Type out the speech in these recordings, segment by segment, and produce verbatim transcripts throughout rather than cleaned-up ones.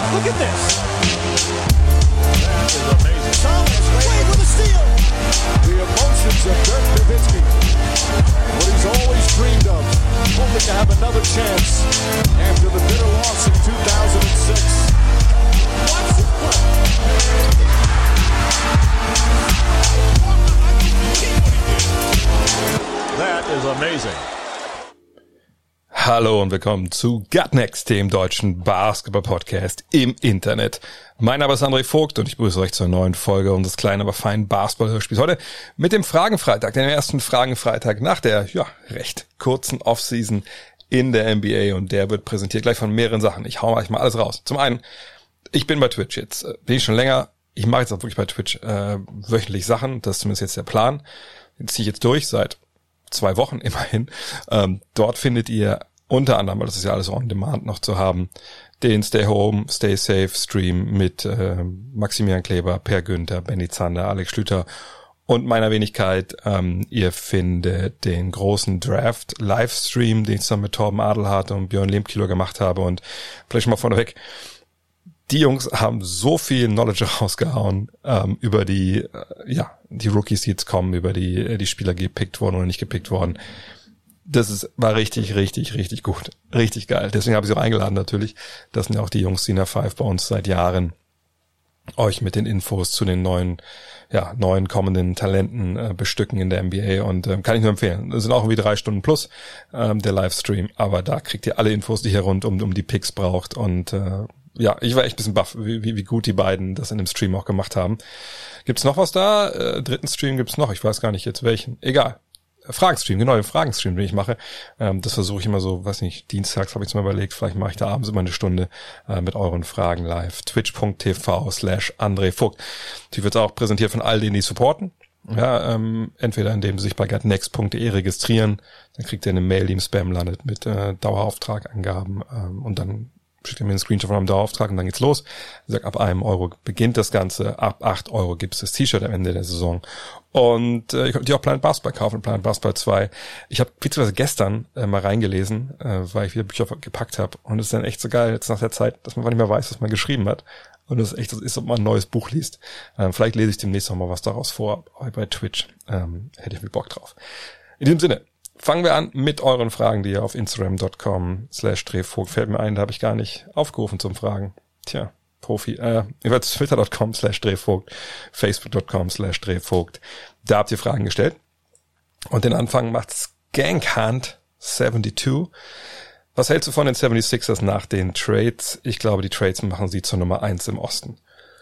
Look at this. That is amazing. Thomas Wade with a steal. The emotions of Dirk Nowitzki. What he's always dreamed of. Hoping to have another chance after the bitter loss in two thousand six. Watch it play. That is amazing. Hallo und willkommen zu Gut Next, dem deutschen Basketball-Podcast im Internet. Mein Name ist André Vogt und ich begrüße euch zur neuen Folge unseres kleinen, aber feinen Basketball-Hörspiels. Heute mit dem Fragenfreitag, dem ersten Fragenfreitag nach der ja recht kurzen Offseason in der N B A, und der wird präsentiert gleich von mehreren Sachen. Ich hau euch mal alles raus. Zum einen, ich bin bei Twitch jetzt, bin ich schon länger. Ich mache jetzt auch wirklich bei Twitch äh, wöchentlich Sachen, das ist zumindest jetzt der Plan. Den ziehe ich jetzt durch seit zwei Wochen immerhin. Ähm, dort findet ihr unter anderem, weil das ist ja alles on demand noch zu haben, den Stay Home, Stay Safe Stream mit äh, Maximilian Kleber, Per Günther, Benny Zander, Alex Schlüter und meiner Wenigkeit. Ähm, ihr findet den großen Draft Livestream, den ich zusammen mit Torben Adelhardt und Björn Lehmkilo gemacht habe. Und vielleicht mal vorneweg, die Jungs haben so viel Knowledge rausgehauen ähm, über die äh, ja die Rookies, die jetzt kommen, über die äh, die Spieler, die gepickt wurden oder nicht gepickt worden. Das ist war richtig, richtig, richtig gut. Richtig geil. Deswegen habe ich sie auch eingeladen natürlich. Das sind ja auch die Jungs, die in der Five bei uns seit Jahren euch mit den Infos zu den neuen ja neuen kommenden Talenten äh, bestücken in der N B A, und ähm, kann ich nur empfehlen. Das sind auch irgendwie drei Stunden plus ähm, der Livestream, aber da kriegt ihr alle Infos, die ihr rund um, um die Picks braucht, und äh, ja, ich war echt ein bisschen baff, wie, wie, wie gut die beiden das in dem Stream auch gemacht haben. Gibt's noch was da? Äh, dritten Stream gibt's noch, ich weiß gar nicht jetzt welchen. Egal. Fragenstream, genau, den Fragenstream, den ich mache. Ähm, das versuche ich immer so, weiß nicht, dienstags habe ich es mal überlegt, vielleicht mache ich da abends immer eine Stunde äh, mit euren Fragen live. Twitch.tv slash André Vogt. Die wird auch präsentiert von all denen, die supporten. Ja, ähm, entweder indem sie sich bei gutnext punkt de registrieren, dann kriegt ihr eine Mail, die im Spam landet mit äh, Dauerauftragangaben, ähm, und dann schickt ihr mir einen Screenshot von einem Dauerauftrag und dann geht's los. Ich sag, ab einem Euro beginnt das Ganze, ab acht Euro gibt's das T-Shirt am Ende der Saison. Und äh, ihr könnt auch Planet Basketball kaufen, Planet Basketball zwei. Ich habe beziehungsweise gestern äh, mal reingelesen, äh, weil ich wieder Bücher gepackt habe. Und es ist dann echt so geil, jetzt nach der Zeit, dass man nicht mehr weiß, was man geschrieben hat. Und es ist echt, das ist, ob man ein neues Buch liest. Ähm, vielleicht lese ich demnächst noch mal was daraus vor, bei Twitch. Ähm, hätte ich viel Bock drauf. In diesem Sinne, fangen wir an mit euren Fragen, die ihr auf Instagram dot com slash drehvogt, fällt mir ein, da habe ich gar nicht aufgerufen zum Fragen. Tja, Profi. Äh, ihr werdet Twitter dot com slash drehvogt, Facebook dot com slash drehvogt. Da habt ihr Fragen gestellt. Und den Anfang macht Skankhunt zweiundsiebzig. Was hältst du von den seventy-sixers nach den Trades? Ich glaube, die Trades machen sie zur Nummer eins im Osten.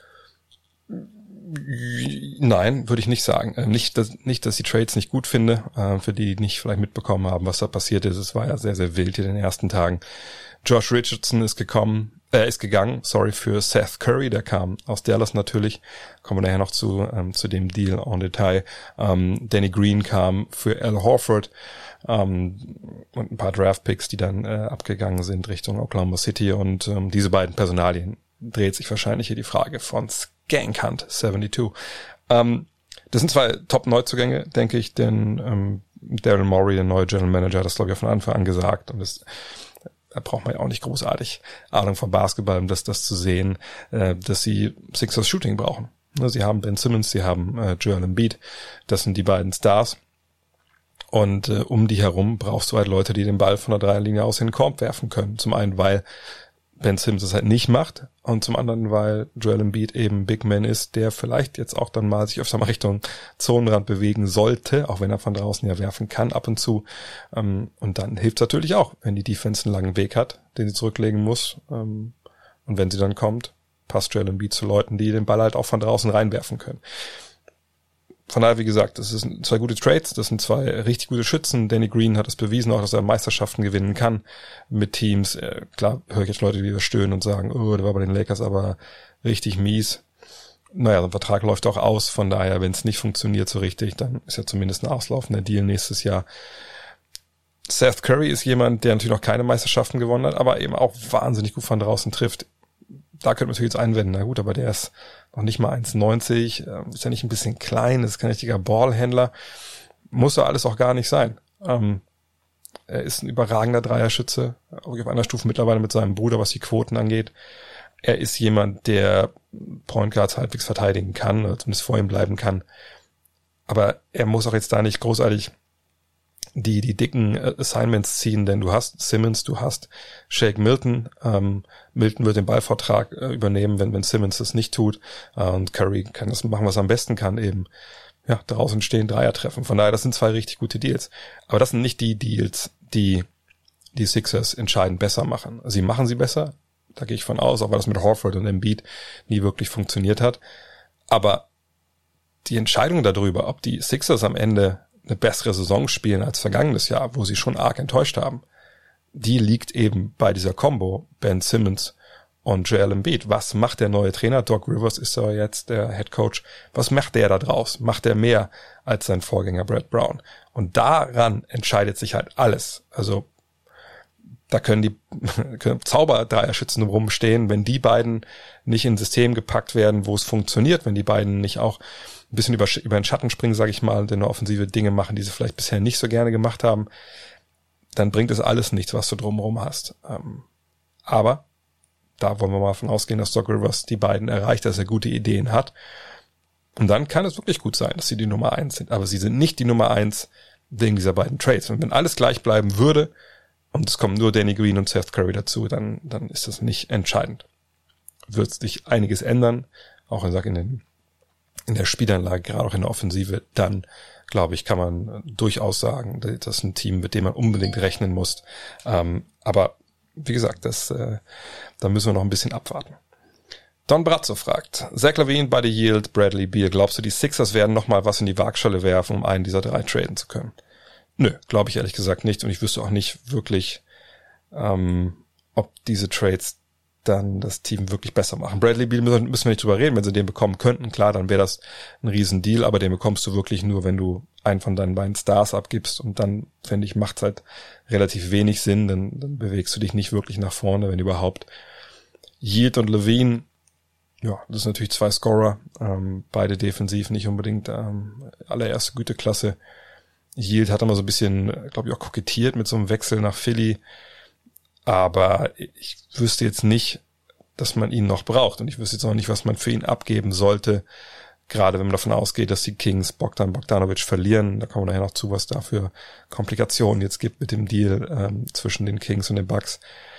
Nein, würde ich nicht sagen. Äh, nicht, dass, nicht, dass ich die Trades nicht gut finde, äh, für die, die nicht vielleicht mitbekommen haben, was da passiert ist. Es war ja sehr, sehr wild hier in den ersten Tagen. Josh Richardson ist gekommen, äh, ist gegangen, sorry, für Seth Curry, der kam aus Dallas natürlich. Kommen wir nachher noch zu, ähm, zu dem Deal en Detail. Ähm, Danny Green kam für Al Horford, ähm, und ein paar Draft-Picks, die dann äh, abgegangen sind Richtung Oklahoma City, und ähm, diese beiden Personalien dreht sich wahrscheinlich hier die Frage von Skankhunt zweiundsiebzig. Ähm, das sind zwei Top-Neuzugänge, denke ich, denn ähm, Daryl Morey, der neue General Manager, hat das, glaube ich, von Anfang an gesagt, und das, da braucht man ja auch nicht großartig Ahnung von Basketball, um das, das zu sehen, äh, dass sie Sixers Shooting brauchen. Sie haben Ben Simmons, sie haben äh, Joel Embiid, das sind die beiden Stars, und äh, um die herum brauchst du halt Leute, die den Ball von der Dreierlinie aus in den Korb werfen können. Zum einen, weil Ben Simmons es halt nicht macht, und zum anderen, weil Joel Embiid eben Big Man ist, der vielleicht jetzt auch dann mal sich öfter mal Richtung Zonenrand bewegen sollte, auch wenn er von draußen ja werfen kann ab und zu. Und dann hilft es natürlich auch, wenn die Defense einen langen Weg hat, den sie zurücklegen muss. Und wenn sie dann kommt, passt Joel Embiid zu Leuten, die den Ball halt auch von draußen reinwerfen können. Von daher, wie gesagt, das sind zwei gute Trades, das sind zwei richtig gute Schützen. Danny Green hat es bewiesen auch, dass er Meisterschaften gewinnen kann mit Teams. Äh, klar höre ich jetzt Leute, die da stöhnen und sagen, oh, der war bei den Lakers aber richtig mies. Naja, so ein Vertrag läuft auch aus, von daher, wenn es nicht funktioniert so richtig, dann ist ja zumindest ein auslaufender Deal nächstes Jahr. Seth Curry ist jemand, der natürlich noch keine Meisterschaften gewonnen hat, aber eben auch wahnsinnig gut von draußen trifft. Da könnte man natürlich jetzt einwenden, na gut, aber der ist noch nicht mal eins neunzig, ist ja nicht ein bisschen klein, ist kein richtiger Ballhändler, muss ja alles auch gar nicht sein. Ähm, er ist ein überragender Dreierschütze, auf einer Stufe mittlerweile mit seinem Bruder, was die Quoten angeht. er ist jemand, der Point Guards halbwegs verteidigen kann, oder zumindest vor ihm bleiben kann. Aber er muss auch jetzt da nicht großartig die die dicken Assignments ziehen, denn du hast Simmons, du hast Shake Milton. Ähm, Milton wird den Ballvortrag äh, übernehmen, wenn wenn Simmons das nicht tut. Äh, und Curry kann das machen, was er am besten kann, eben ja draußen stehen, Dreier treffen. Von daher, das sind zwei richtig gute Deals. Aber das sind nicht die Deals, die die Sixers entscheidend besser machen. Sie machen sie besser, da gehe ich von aus, auch weil das mit Horford und Embiid nie wirklich funktioniert hat. Aber die Entscheidung darüber, ob die Sixers am Ende eine bessere Saison spielen als vergangenes Jahr, wo sie schon arg enttäuscht haben, die liegt eben bei dieser Combo Ben Simmons und Joel Embiid. Was macht der neue Trainer? Doc Rivers ist ja jetzt der Head Coach. Was macht der da draus? Macht er mehr als sein Vorgänger Brett Brown? Und daran entscheidet sich halt alles. Also da können die können Zauber-Dreierschützen rumstehen, wenn die beiden nicht in ein System gepackt werden, wo es funktioniert, wenn die beiden nicht auch ein bisschen über, über den Schatten springen, sage ich mal, und in der Offensive Dinge machen, die sie vielleicht bisher nicht so gerne gemacht haben, dann bringt es alles nichts, was du drumherum hast. Ähm, aber da wollen wir mal davon ausgehen, dass Doc Rivers die beiden erreicht, dass er gute Ideen hat. Und dann kann es wirklich gut sein, dass sie die Nummer eins sind. Aber sie sind nicht die Nummer eins wegen dieser beiden Trades. Und wenn alles gleich bleiben würde und es kommen nur Danny Green und Seth Curry dazu, dann dann ist das nicht entscheidend. Wird sich einiges ändern, auch in, in den in der Spielanlage, gerade auch in der Offensive, dann, glaube ich, kann man durchaus sagen, das ist ein Team, mit dem man unbedingt rechnen muss. Ähm, aber wie gesagt, das, äh, da müssen wir noch ein bisschen abwarten. Don Brazzo fragt, Zach LaVine, Buddy Hield, Bradley Beal, glaubst du, die Sixers werden nochmal was in die Waagschale werfen, um einen dieser drei traden zu können? Nö, glaube ich ehrlich gesagt nicht. Und ich wüsste auch nicht wirklich, ähm, ob diese Trades dann das Team wirklich besser machen. Bradley Beal müssen wir nicht drüber reden. Wenn sie den bekommen könnten, klar, dann wäre das ein Riesendeal, aber den bekommst du wirklich nur, wenn du einen von deinen beiden Stars abgibst, und dann, finde ich, macht es halt relativ wenig Sinn, dann, dann bewegst du dich nicht wirklich nach vorne, wenn überhaupt. Hield und LaVine, ja, das sind natürlich zwei Scorer, ähm, beide defensiv nicht unbedingt ähm, allererste Güteklasse. Hield hat immer so ein bisschen, glaube ich, auch kokettiert mit so einem Wechsel nach Philly, aber ich wüsste jetzt nicht, dass man ihn noch braucht, und ich wüsste jetzt auch nicht, was man für ihn abgeben sollte, gerade wenn man davon ausgeht, dass die Kings Bogdan Bogdanovic verlieren. Da kommen wir nachher noch zu, was da für Komplikationen jetzt gibt mit dem Deal ähm, zwischen den Kings und den Bucks.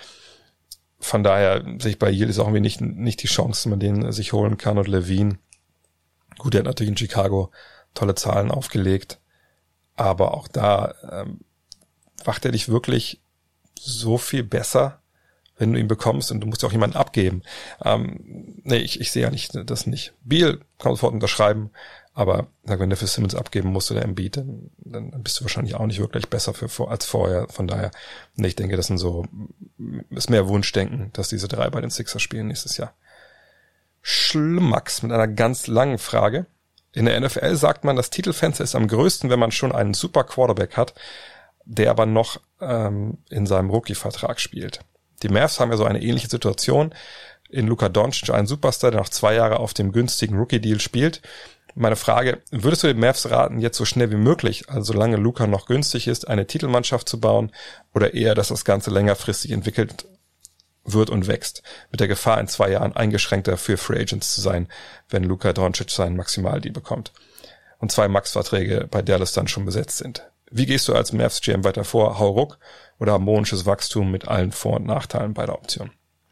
Von daher sehe ich bei Hield ist auch irgendwie nicht, nicht die Chance, dass man den sich holen kann. Und LaVine, gut, der hat natürlich in Chicago tolle Zahlen aufgelegt, aber auch da ähm, macht er dich wirklich so viel besser, wenn du ihn bekommst, und du musst ja auch jemanden abgeben. Ähm, nee, ich, ich sehe ja nicht das nicht. Beal kann sofort unterschreiben, aber sag, wenn du für Simmons abgeben musst oder Embiid, dann, dann bist du wahrscheinlich auch nicht wirklich besser für, als vorher. Von daher, nee, ich denke, das sind so, ist mehr Wunschdenken, dass diese drei bei den Sixers spielen nächstes Jahr. Schlimmax mit einer ganz langen Frage. In der N F L sagt man, das Titelfenster ist am größten, wenn man schon einen super Quarterback hat, der aber noch ähm, in seinem Rookie-Vertrag spielt. Die Mavs haben ja so eine ähnliche Situation. In Luka Doncic, ein Superstar, der noch zwei Jahre auf dem günstigen Rookie-Deal spielt. Meine Frage, würdest du den Mavs raten, jetzt so schnell wie möglich, also solange Luka noch günstig ist, eine Titelmannschaft zu bauen, oder eher, dass das Ganze längerfristig entwickelt wird und wächst, mit der Gefahr, in zwei Jahren eingeschränkter für Free Agents zu sein, wenn Luka Doncic seinen Maximaldeal bekommt und zwei Max-Verträge bei Dallas dann schon besetzt sind? Wie gehst du als Mavs-G M weiter vor? Hauruck oder harmonisches Wachstum mit allen Vor- und Nachteilen beider Optionen?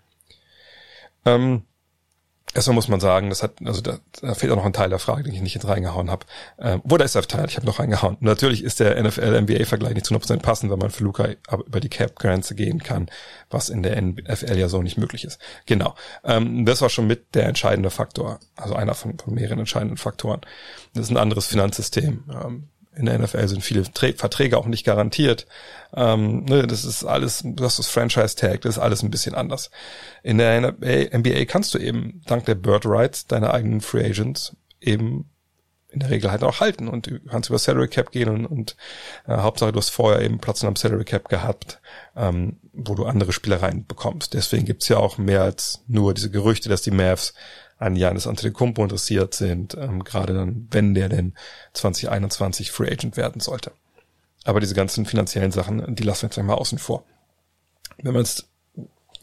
Ähm, erstmal muss man sagen, das hat, also da, da fehlt auch noch ein Teil der Frage, den ich nicht jetzt reingehauen habe. Ähm, wo da ist der Teil? Ich habe noch reingehauen. Und natürlich ist der N F L-N B A-Vergleich nicht zu hundert Prozent passend, weil man für Luka über die Cap-Grenze gehen kann, was in der N F L ja so nicht möglich ist. Genau. Ähm, das war schon mit der entscheidende Faktor, also einer von, von mehreren entscheidenden Faktoren. Das ist ein anderes Finanzsystem. Ähm, In der N F L sind viele Tra- Verträge auch nicht garantiert. Ähm, ne, das ist alles, du hast das Franchise-Tag, das ist alles ein bisschen anders. In der N B A kannst du eben dank der Bird Rights deine eigenen Free Agents eben in der Regel halt auch halten, und du kannst über Salary Cap gehen und, und äh, Hauptsache du hast vorher eben Platz am Salary Cap gehabt, ähm, wo du andere Spielereien bekommst. Deswegen gibt's ja auch mehr als nur diese Gerüchte, dass die Mavs an Giannis Antetokounmpo interessiert sind, ähm, gerade dann, wenn der denn zwanzig einundzwanzig Free Agent werden sollte. Aber diese ganzen finanziellen Sachen, die lassen wir jetzt einmal außen vor. Wenn man jetzt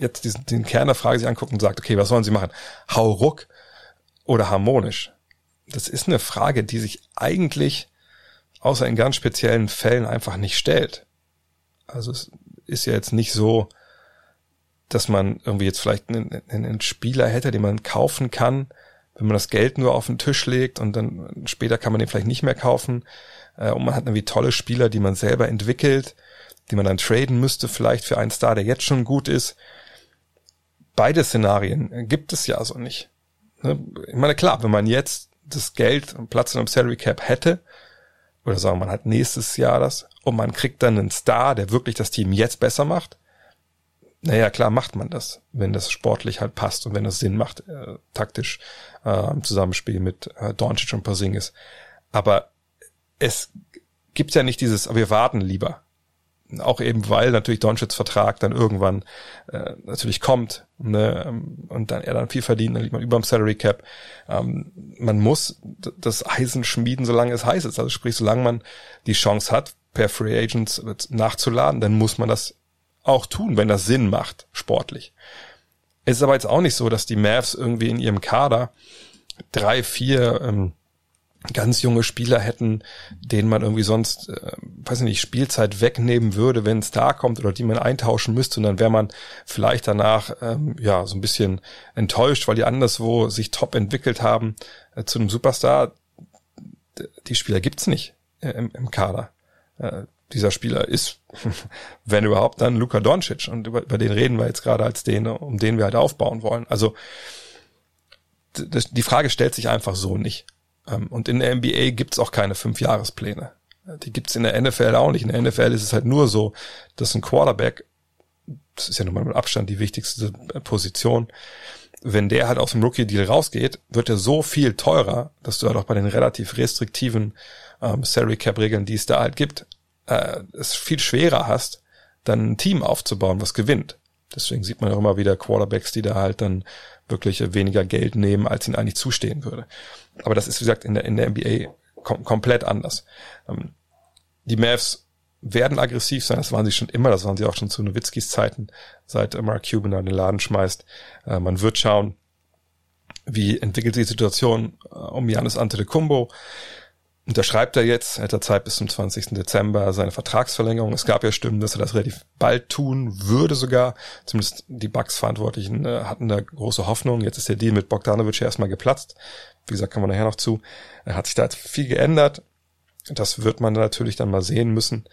jetzt diesen, den Kern der Frage sich anguckt und sagt, okay, was sollen sie machen? Hauruck oder harmonisch? Das ist eine Frage, die sich eigentlich außer in ganz speziellen Fällen einfach nicht stellt. Also es ist ja jetzt nicht so, dass man irgendwie jetzt vielleicht einen, einen Spieler hätte, den man kaufen kann, wenn man das Geld nur auf den Tisch legt und dann später kann man den vielleicht nicht mehr kaufen. Und man hat irgendwie tolle Spieler, die man selber entwickelt, die man dann traden müsste, vielleicht für einen Star, der jetzt schon gut ist. Beide Szenarien gibt es ja also nicht. Ich meine, klar, wenn man jetzt das Geld und Platz in einem Salary Cap hätte, oder sagen wir, man hat nächstes Jahr das, und man kriegt dann einen Star, der wirklich das Team jetzt besser macht, naja, klar macht man das, wenn das sportlich halt passt und wenn das Sinn macht, äh, taktisch äh, im Zusammenspiel mit äh, Doncic und Porzingis. Aber es gibt ja nicht dieses, aber wir warten lieber. Auch eben, weil natürlich Doncic's Vertrag dann irgendwann äh, natürlich kommt, ne, und dann er dann viel verdient, dann liegt man über dem Salary Cap. Ähm, man muss d- das Eisen schmieden, solange es heiß ist. Also sprich, solange man die Chance hat, per Free Agents nachzuladen, dann muss man das auch tun, wenn das Sinn macht, sportlich. Es ist aber jetzt auch nicht so, dass die Mavs irgendwie in ihrem Kader drei, vier ähm, ganz junge Spieler hätten, denen man irgendwie sonst, äh, weiß ich nicht, Spielzeit wegnehmen würde, wenn es da kommt, oder die man eintauschen müsste, und dann wäre man vielleicht danach ähm, ja so ein bisschen enttäuscht, weil die anderswo sich top entwickelt haben äh, zu einem Superstar. Die Spieler gibt's nicht äh, im, im Kader. Äh, dieser Spieler ist, wenn überhaupt, dann Luka Doncic, und über, über den reden wir jetzt gerade als den, um den wir halt aufbauen wollen. Also das, die Frage stellt sich einfach so nicht. Und in der N B A gibt's auch keine Fünfjahrespläne. Die gibt's in der N F L auch nicht. In der N F L ist es halt nur so, dass ein Quarterback, das ist ja nun mal mit Abstand die wichtigste Position, wenn der halt aus dem Rookie-Deal rausgeht, wird er so viel teurer, dass du halt auch bei den relativ restriktiven ähm, Salary-Cap-Regeln, die es da halt gibt, äh, es viel schwerer hast, dann ein Team aufzubauen, was gewinnt. Deswegen sieht man auch immer wieder Quarterbacks, die da halt dann wirklich weniger Geld nehmen, als ihnen eigentlich zustehen würde. Aber das ist, wie gesagt, in der, in der N B A kom- komplett anders. Ähm, die Mavs werden aggressiv sein, das waren sie schon immer, das waren sie auch schon zu Nowitzkis Zeiten, seit Mark Cuban da den Laden schmeißt. Äh, man wird schauen, wie entwickelt sich die Situation äh, um Giannis Antetokounmpo. Unterschreibt er jetzt, er hat er Zeit bis zum zwanzigsten Dezember seine Vertragsverlängerung. Es gab ja Stimmen, dass er das relativ bald tun würde sogar. Zumindest die Bucks-Verantwortlichen äh, hatten da große Hoffnung. Jetzt ist der Deal mit Bogdanovic erstmal geplatzt. Wie gesagt, kommen wir nachher noch zu. Er hat sich da viel geändert. Das wird man natürlich dann mal sehen müssen.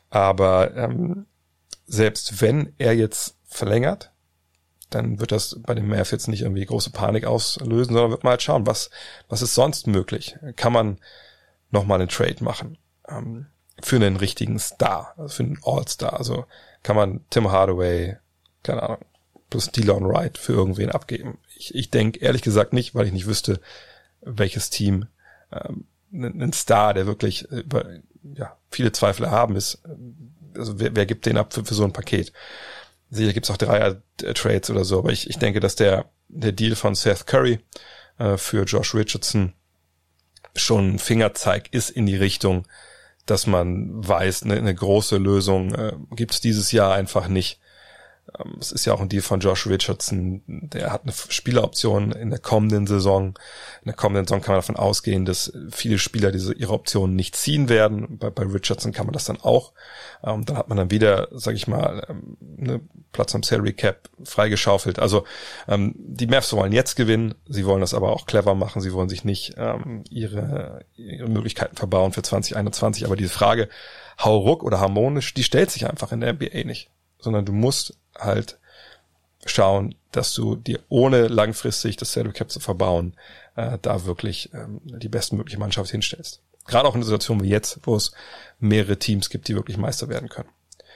Aber ähm, selbst wenn er jetzt verlängert, dann wird das bei den Mavs jetzt nicht irgendwie große Panik auslösen, sondern wird man halt schauen, was was ist sonst möglich. Kann man nochmal einen Trade machen ähm, für einen richtigen Star, also für einen All-Star. Also kann man Tim Hardaway, keine Ahnung, plus Delon Wright für irgendwen abgeben. Ich, ich denke ehrlich gesagt nicht, weil ich nicht wüsste, welches Team ähm, einen Star, der wirklich über ja viele Zweifel haben ist. Also wer, wer gibt den ab für, für so ein Paket? Sicher gibt's auch Dreier-Trades oder so, aber ich, ich denke, dass der der Deal von Seth Curry äh, für Josh Richardson schon ein Fingerzeig ist in die Richtung, dass man weiß, eine, eine große Lösung äh, gibt's dieses Jahr einfach nicht. Ähm, es ist ja auch ein Deal von Josh Richardson, der hat eine Spieleroption in der kommenden Saison. In der kommenden Saison kann man davon ausgehen, dass viele Spieler diese ihre Optionen nicht ziehen werden. Bei, bei Richardson kann man das dann auch. Ähm, dann hat man dann wieder, sag ich mal, ähm, eine Platz am Salary Cap freigeschaufelt. Also ähm, die Mavs wollen jetzt gewinnen, sie wollen das aber auch clever machen, sie wollen sich nicht ähm, ihre, ihre Möglichkeiten verbauen für zwanzig einundzwanzig, aber diese Frage, hauruck oder harmonisch, die stellt sich einfach in der N B A nicht, sondern du musst halt schauen, dass du dir ohne langfristig das Salary Cap zu verbauen, äh, da wirklich ähm, die bestmögliche Mannschaft hinstellst. Gerade auch in einer Situation wie jetzt, wo es mehrere Teams gibt, die wirklich Meister werden können.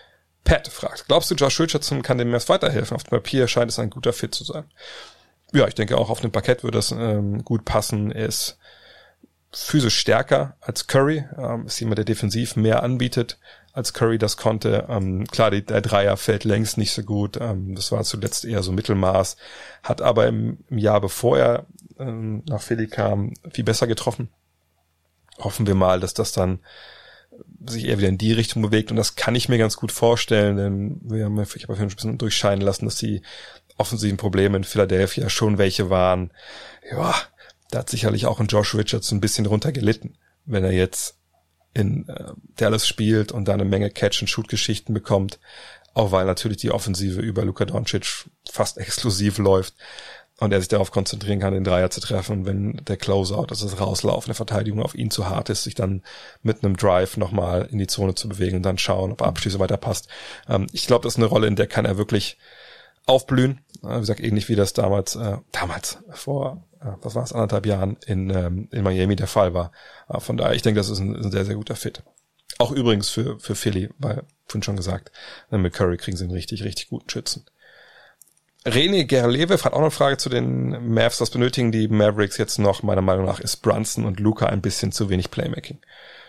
Pat fragt, glaubst du, Josh Richardson kann dem Mavs weiterhelfen? Auf dem Papier scheint es ein guter Fit zu sein. Ja, ich denke auch auf dem Parkett würde das ähm, gut passen. Er ist physisch stärker als Curry, ähm, ist jemand, der defensiv mehr anbietet, als Curry das konnte. Ähm, klar, die, der Dreier fällt längst nicht so gut. Ähm, das war zuletzt eher so Mittelmaß. Hat aber im, im Jahr, bevor er ähm, nach Philly kam, viel besser getroffen. Hoffen wir mal, dass das dann sich eher wieder in die Richtung bewegt, und das kann ich mir ganz gut vorstellen, denn wir haben, ich habe ja ein bisschen durchscheinen lassen, dass die offensiven Probleme in Philadelphia schon welche waren. Ja, da hat sicherlich auch ein Josh Richards ein bisschen drunter gelitten, wenn er jetzt in äh, Dallas spielt und da eine Menge Catch-and-Shoot-Geschichten bekommt, auch weil natürlich die Offensive über Luka Doncic fast exklusiv läuft und er sich darauf konzentrieren kann, den Dreier zu treffen, und wenn der Closeout, also das Rauslaufen der Verteidigung auf ihn zu hart ist, sich dann mit einem Drive nochmal in die Zone zu bewegen und dann schauen, ob er Abschlüsse weiter passt. Ähm, ich glaube, das ist eine Rolle, in der kann er wirklich aufblühen. Äh, wie gesagt, ähnlich wie das damals, äh, damals, vor, äh, was war es, anderthalb Jahren in, ähm, in Miami der Fall war. Äh, von daher, ich denke, das ist ein, ein sehr, sehr guter Fit. Auch übrigens für, für Philly, weil, vorhin schon gesagt, mit Curry kriegen sie einen richtig, richtig guten Schützen. René Gerlewe fragt auch noch eine Frage zu den Mavs. Was benötigen die Mavericks jetzt noch? Meiner Meinung nach ist Brunson und Luka ein bisschen zu wenig Playmaking.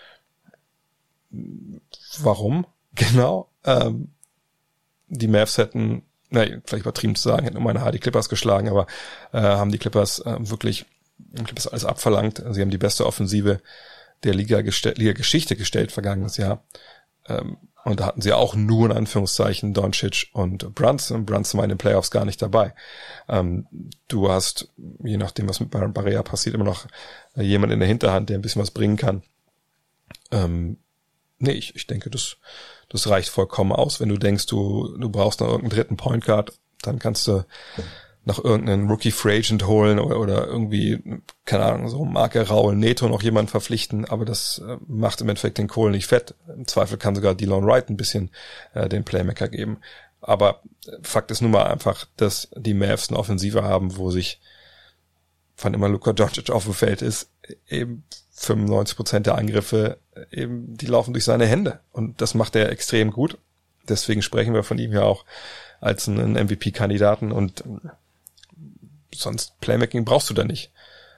Warum? Genau. Ähm, die Mavs hätten, na, vielleicht übertrieben zu sagen, hätten um eine Haar die Clippers geschlagen, aber äh, haben die Clippers äh, wirklich Clippers alles abverlangt. Sie haben die beste Offensive der Liga gestell, Liga-Geschichte gestellt vergangenes Jahr. Ähm, Und da hatten sie auch nur in Anführungszeichen Doncic und Brunson. Brunson war in den Playoffs gar nicht dabei. Ähm, du hast, je nachdem, was mit Barea passiert, immer noch äh, jemand in der Hinterhand, der ein bisschen was bringen kann. Ähm, nee, ich, ich denke, das, das reicht vollkommen aus. Wenn du denkst, du, du brauchst noch irgendeinen dritten Point Guard, dann kannst du noch irgendeinen Rookie Free Agent holen oder, oder irgendwie, keine Ahnung, so Marke Raul Neto noch jemanden verpflichten, aber das äh, macht im Endeffekt den Kohl nicht fett. Im Zweifel kann sogar Delon Wright ein bisschen äh, den Playmaker geben. Aber Fakt ist nun mal einfach, dass die Mavs eine Offensive haben, wo sich, wann immer Luka Doncic auf dem Feld ist, eben fünfundneunzig Prozent der Angriffe, eben die laufen durch seine Hände. Und das macht er extrem gut. Deswegen sprechen wir von ihm ja auch als einen M V P-Kandidaten, und sonst Playmaking brauchst du da nicht.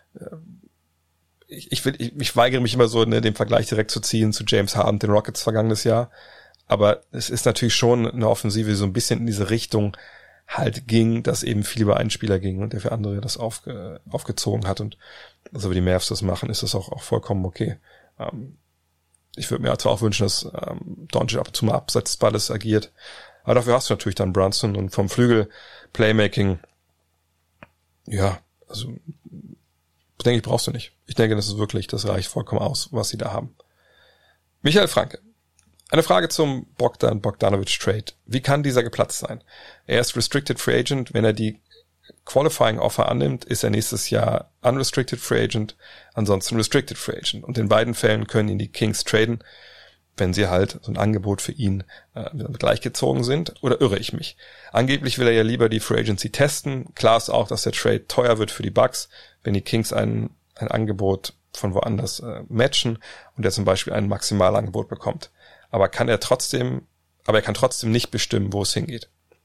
Ich, ich, will, ich, ich weigere mich immer so, ne, den Vergleich direkt zu ziehen zu James Harden, den Rockets vergangenes Jahr. Aber es ist natürlich schon eine Offensive, die so ein bisschen in diese Richtung halt ging, dass eben viel über einen Spieler ging und der für andere das aufge, aufgezogen hat. Und also wie die Mavs das machen, ist das auch, auch vollkommen okay. Ähm, ich würde mir also auch wünschen, dass ähm, Doncic ab und zu mal abseits des Balles agiert. Aber dafür hast du natürlich dann Brunson, und vom Flügel Playmaking, ja, also denke ich, brauchst du nicht. Ich denke, das ist wirklich, das reicht vollkommen aus, was sie da haben. Michael Franke. Eine Frage zum Bogdan Bogdanovic Trade. Wie kann dieser geplatzt sein? Er ist Restricted Free Agent. Wenn er die Qualifying Offer annimmt, ist er nächstes Jahr Unrestricted Free Agent, ansonsten Restricted Free Agent. Und in beiden Fällen können ihn die Kings traden, wenn sie halt so ein Angebot für ihn äh, gleichgezogen sind. Oder irre ich mich? Angeblich will er ja lieber die Free Agency testen. Klar ist auch, dass der Trade teuer wird für die Bucks, wenn die Kings ein, ein Angebot von woanders äh, matchen und er zum Beispiel ein Maximalangebot bekommt. Aber kann er trotzdem, aber er kann trotzdem nicht bestimmen, wo es hingeht.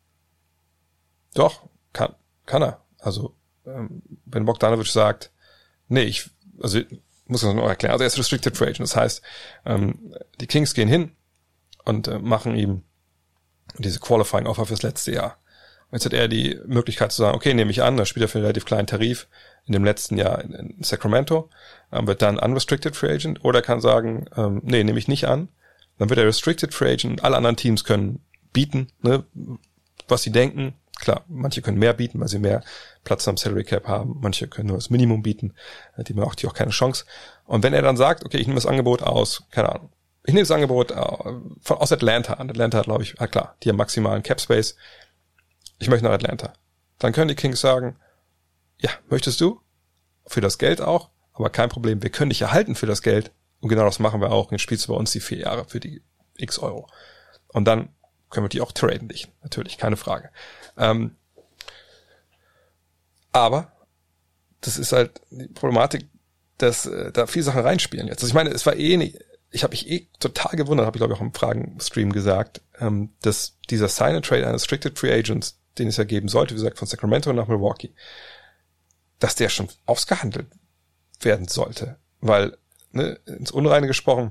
Doch, kann, kann er. Also, ähm, wenn Bogdanovic sagt, nee, ich, also, muss das noch erklären. Also er ist Restricted Free Agent. Das heißt, ähm, die Kings gehen hin und äh, machen ihm diese Qualifying Offer fürs letzte Jahr. Und jetzt hat er die Möglichkeit zu sagen, okay, nehme ich an, da spielt er für einen relativ kleinen Tarif in dem letzten Jahr in, in Sacramento, ähm, wird dann Unrestricted Free Agent, oder kann sagen, ähm, nee, nehme ich nicht an. Dann wird er Restricted Free Agent. Alle anderen Teams können bieten, ne, was sie denken. Klar, manche können mehr bieten, weil sie mehr Platz am Salary Cap haben. Manche können nur das Minimum bieten. Die haben auch, die auch keine Chance. Und wenn er dann sagt, okay, ich nehme das Angebot aus, keine Ahnung, ich nehme das Angebot von, aus Atlanta an. Atlanta hat, glaube ich, ah klar, die haben maximalen Cap Space. Ich möchte nach Atlanta. Dann können die Kings sagen, ja, möchtest du? Für das Geld auch, aber kein Problem. Wir können dich erhalten für das Geld. Und genau das machen wir auch. Jetzt spielst du bei uns die vier Jahre für die X Euro. Und dann können wir die auch traden dich. Natürlich, keine Frage. Ähm, aber das ist halt die Problematik, dass äh, da viele Sachen reinspielen jetzt. Also ich meine, es war eh nicht, ich habe mich eh total gewundert, habe ich glaube ich auch im Fragen-Stream gesagt, ähm, dass dieser Sign-and-Trade eines Restricted Free Agents, den es ja geben sollte, wie gesagt, von Sacramento nach Milwaukee, dass der schon ausgehandelt werden sollte. Weil, ne, ins Unreine gesprochen,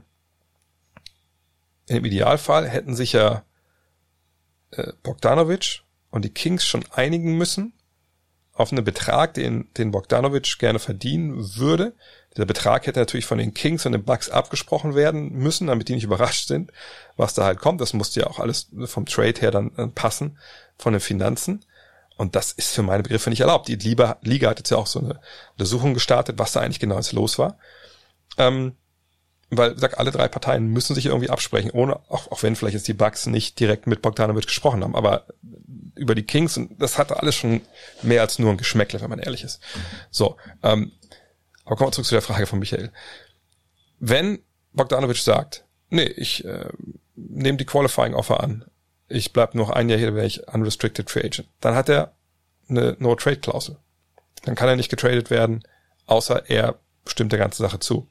im Idealfall hätten sich ja äh, Bogdanovic und die Kings schon einigen müssen auf einen Betrag, den, den Bogdanovic gerne verdienen würde. Dieser Betrag hätte natürlich von den Kings und den Bucks abgesprochen werden müssen, damit die nicht überrascht sind, was da halt kommt. Das musste ja auch alles vom Trade her dann passen, von den Finanzen. Und das ist für meine Begriffe nicht erlaubt. Die Liga, Liga hat jetzt ja auch so eine Untersuchung gestartet, was da eigentlich genau jetzt los war. Ähm, weil, wie gesagt, alle drei Parteien müssen sich irgendwie absprechen, ohne, auch, auch wenn vielleicht jetzt die Bucks nicht direkt mit Bogdanovic gesprochen haben, aber über die Kings, und das hatte alles schon mehr als nur ein Geschmäckle, wenn man ehrlich ist. So, ähm, aber kommen wir zurück zu der Frage von Michael. Wenn Bogdanovic sagt, nee, ich äh, nehme die Qualifying Offer an, ich bleib noch ein Jahr hier, da wäre ich unrestricted free agent, dann hat er eine No-Trade-Klausel. Dann kann er nicht getradet werden, außer er stimmt der ganzen Sache zu.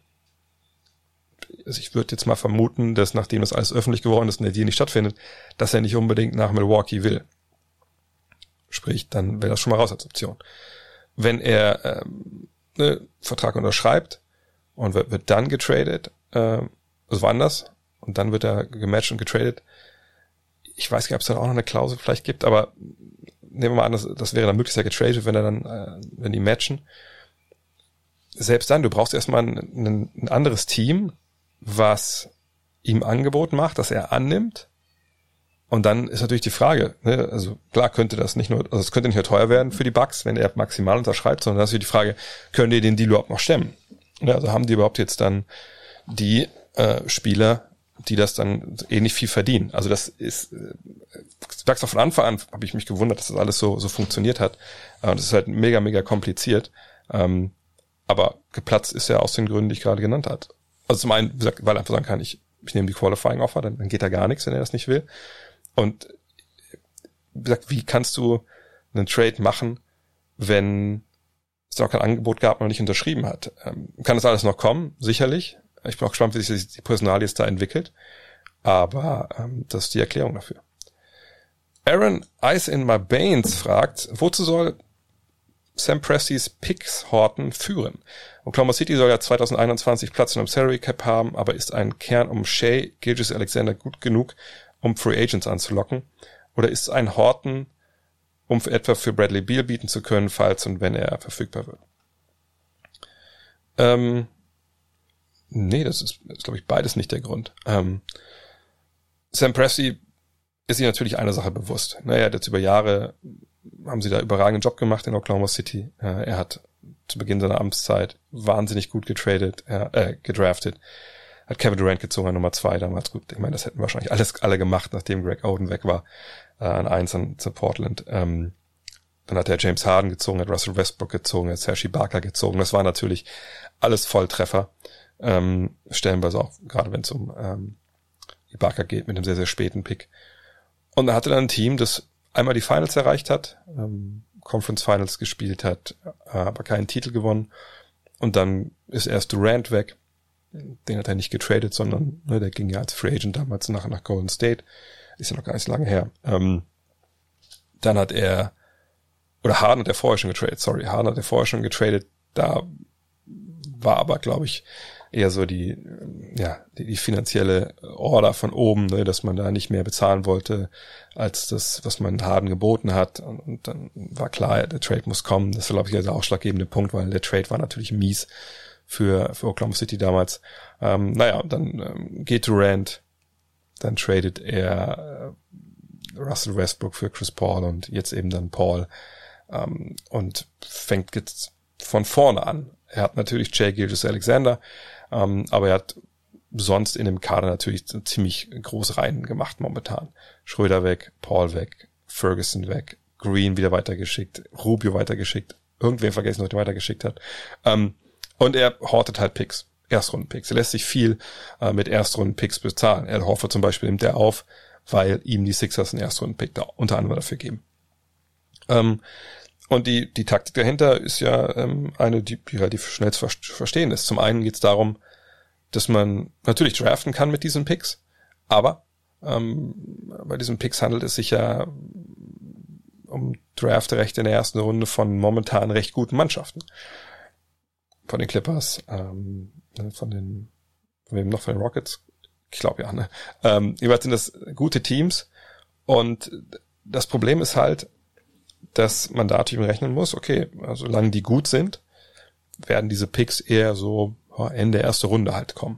Also ich würde jetzt mal vermuten, dass nachdem das alles öffentlich geworden ist und der Deal nicht stattfindet, dass er nicht unbedingt nach Milwaukee will. Sprich, dann wäre das schon mal raus als Option. Wenn er ähm, einen Vertrag unterschreibt und wird, wird dann getradet, äh, also woanders, und dann wird er gematcht und getradet. Ich weiß nicht, ob es dann auch noch eine Klausel vielleicht gibt, aber nehmen wir mal an, das, das wäre dann möglichst ja getradet, wenn er dann, äh, wenn die matchen. Selbst dann, du brauchst erstmal ein, ein, ein anderes Team, was ihm Angebot macht, das er annimmt. Und dann ist natürlich die Frage, ne, also klar könnte das nicht nur, also es könnte nicht nur teuer werden für die Bucks, wenn er maximal unterschreibt, sondern das ist die Frage, können die den Deal überhaupt noch stemmen? Ja, also haben die überhaupt jetzt dann die äh, Spieler, die das dann ähnlich viel verdienen? Also das ist, äh, ich sag's auch von Anfang an, habe ich mich gewundert, dass das alles so so funktioniert hat. Und äh, das ist halt mega, mega kompliziert. Ähm, aber geplatzt ist ja aus den Gründen, die ich gerade genannt habe. Also zum einen, wie gesagt, weil er einfach sagen kann, ich, ich nehme die Qualifying Offer, dann, dann geht da gar nichts, wenn er das nicht will. Und wie gesagt, wie kannst du einen Trade machen, wenn es noch kein Angebot gab und noch nicht unterschrieben hat? Ähm, kann das alles noch kommen? Sicherlich. Ich bin auch gespannt, wie sich die Personalie jetzt da entwickelt. Aber ähm, das ist die Erklärung dafür. Aaron Ice in My Veins fragt, wozu soll Sam Prestys Picks Horten führen? Oklahoma City soll ja zwanzig einundzwanzig Platz in einem Salary Cap haben, aber ist ein Kern um Shea Gilgeous-Alexander gut genug, um Free Agents anzulocken? Oder ist es ein Horton, um für etwa für Bradley Beal bieten zu können, falls und wenn er verfügbar wird? Ähm, nee, das ist, ist glaube ich, beides nicht der Grund. Ähm, Sam Presti ist sich natürlich eine Sache bewusst. Naja, jetzt über Jahre haben sie da überragenden Job gemacht in Oklahoma City. Äh, er hat zu Beginn seiner Amtszeit wahnsinnig gut getradet, äh, gedraftet. Hat Kevin Durant gezogen an Nummer zwei damals. Gut, ich meine, das hätten wahrscheinlich alles alle gemacht, nachdem Greg Oden weg war, äh, an eins an, zu Portland. Ähm, dann hat er James Harden gezogen, hat Russell Westbrook gezogen, hat Serge Ibaka gezogen. Das war natürlich alles Volltreffer. Ähm, stellenweise auch, gerade wenn es um ähm, Ibaka geht, mit einem sehr, sehr späten Pick. Und er hatte dann ein Team, das einmal die Finals erreicht hat, ähm, Conference Finals gespielt hat, äh, aber keinen Titel gewonnen. Und dann ist erst Durant weg. Den hat er nicht getradet, sondern ne, der ging ja als Free Agent damals nach, nach Golden State. Ist ja noch gar nicht so lange her. Ähm, dann hat er, oder Harden hat er vorher schon getradet, sorry, Harden hat er vorher schon getradet. Da war aber, glaube ich, eher so die, ja, die, die finanzielle Order von oben, ne, dass man da nicht mehr bezahlen wollte, als das, was man Harden geboten hat. Und, und dann war klar, der Trade muss kommen. Das war, glaube ich, der ausschlaggebende Punkt, weil der Trade war natürlich mies für, für Oklahoma City damals. Ähm, naja, und dann ähm, geht Durant, dann tradet er äh, Russell Westbrook für Chris Paul und jetzt eben dann Paul ähm, und fängt jetzt von vorne an. Er hat natürlich Shai Gilgeous-Alexander, ähm, aber er hat sonst in dem Kader natürlich ziemlich große Reihen gemacht momentan. Schröder weg, Paul weg, Ferguson weg, Green wieder weitergeschickt, Rubio weitergeschickt, irgendwer vergessen, was er weitergeschickt hat. Ähm, und er hortet halt Picks, Erstrunden-Picks. Er lässt sich viel äh, mit Erstrunden-Picks bezahlen. Al Horford zum Beispiel nimmt er auf, weil ihm die Sixers einen Erstrunden-Pick da unter anderem dafür geben. Ähm, Und die die Taktik dahinter ist ja ähm, eine, die, die relativ schnell zu verstehen ist. Zum einen geht es darum, dass man natürlich draften kann mit diesen Picks, aber ähm, bei diesen Picks handelt es sich ja um Draftrechte in der ersten Runde von momentan recht guten Mannschaften. Von den Clippers, ähm, von den, von wem noch, von den Rockets? Ich glaube ja, ne? Ähm, jeweils sind das gute Teams und das Problem ist halt, dass man da natürlich rechnen muss, okay, also solange die gut sind, werden diese Picks eher so Ende erste Runde halt kommen.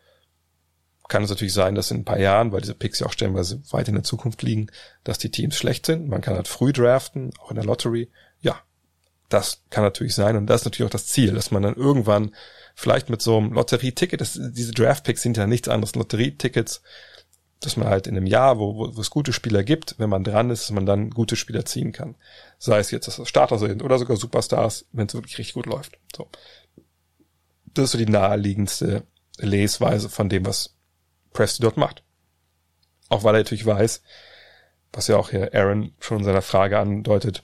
Kann es natürlich sein, dass in ein paar Jahren, weil diese Picks ja auch stellenweise weit in der Zukunft liegen, dass die Teams schlecht sind. Man kann halt früh draften, auch in der Lottery. Ja, das kann natürlich sein. Und das ist natürlich auch das Ziel, dass man dann irgendwann vielleicht mit so einem Lotterieticket, das, diese Draft-Picks sind ja nichts anderes, Lotterietickets, dass man halt in einem Jahr, wo, wo, wo es gute Spieler gibt, wenn man dran ist, dass man dann gute Spieler ziehen kann. Sei es jetzt, dass das Starter sind oder sogar Superstars, wenn es wirklich richtig gut läuft. So. Das ist so die naheliegendste Lesweise von dem, was Presti dort macht. Auch weil er natürlich weiß, was ja auch hier Aaron schon in seiner Frage andeutet,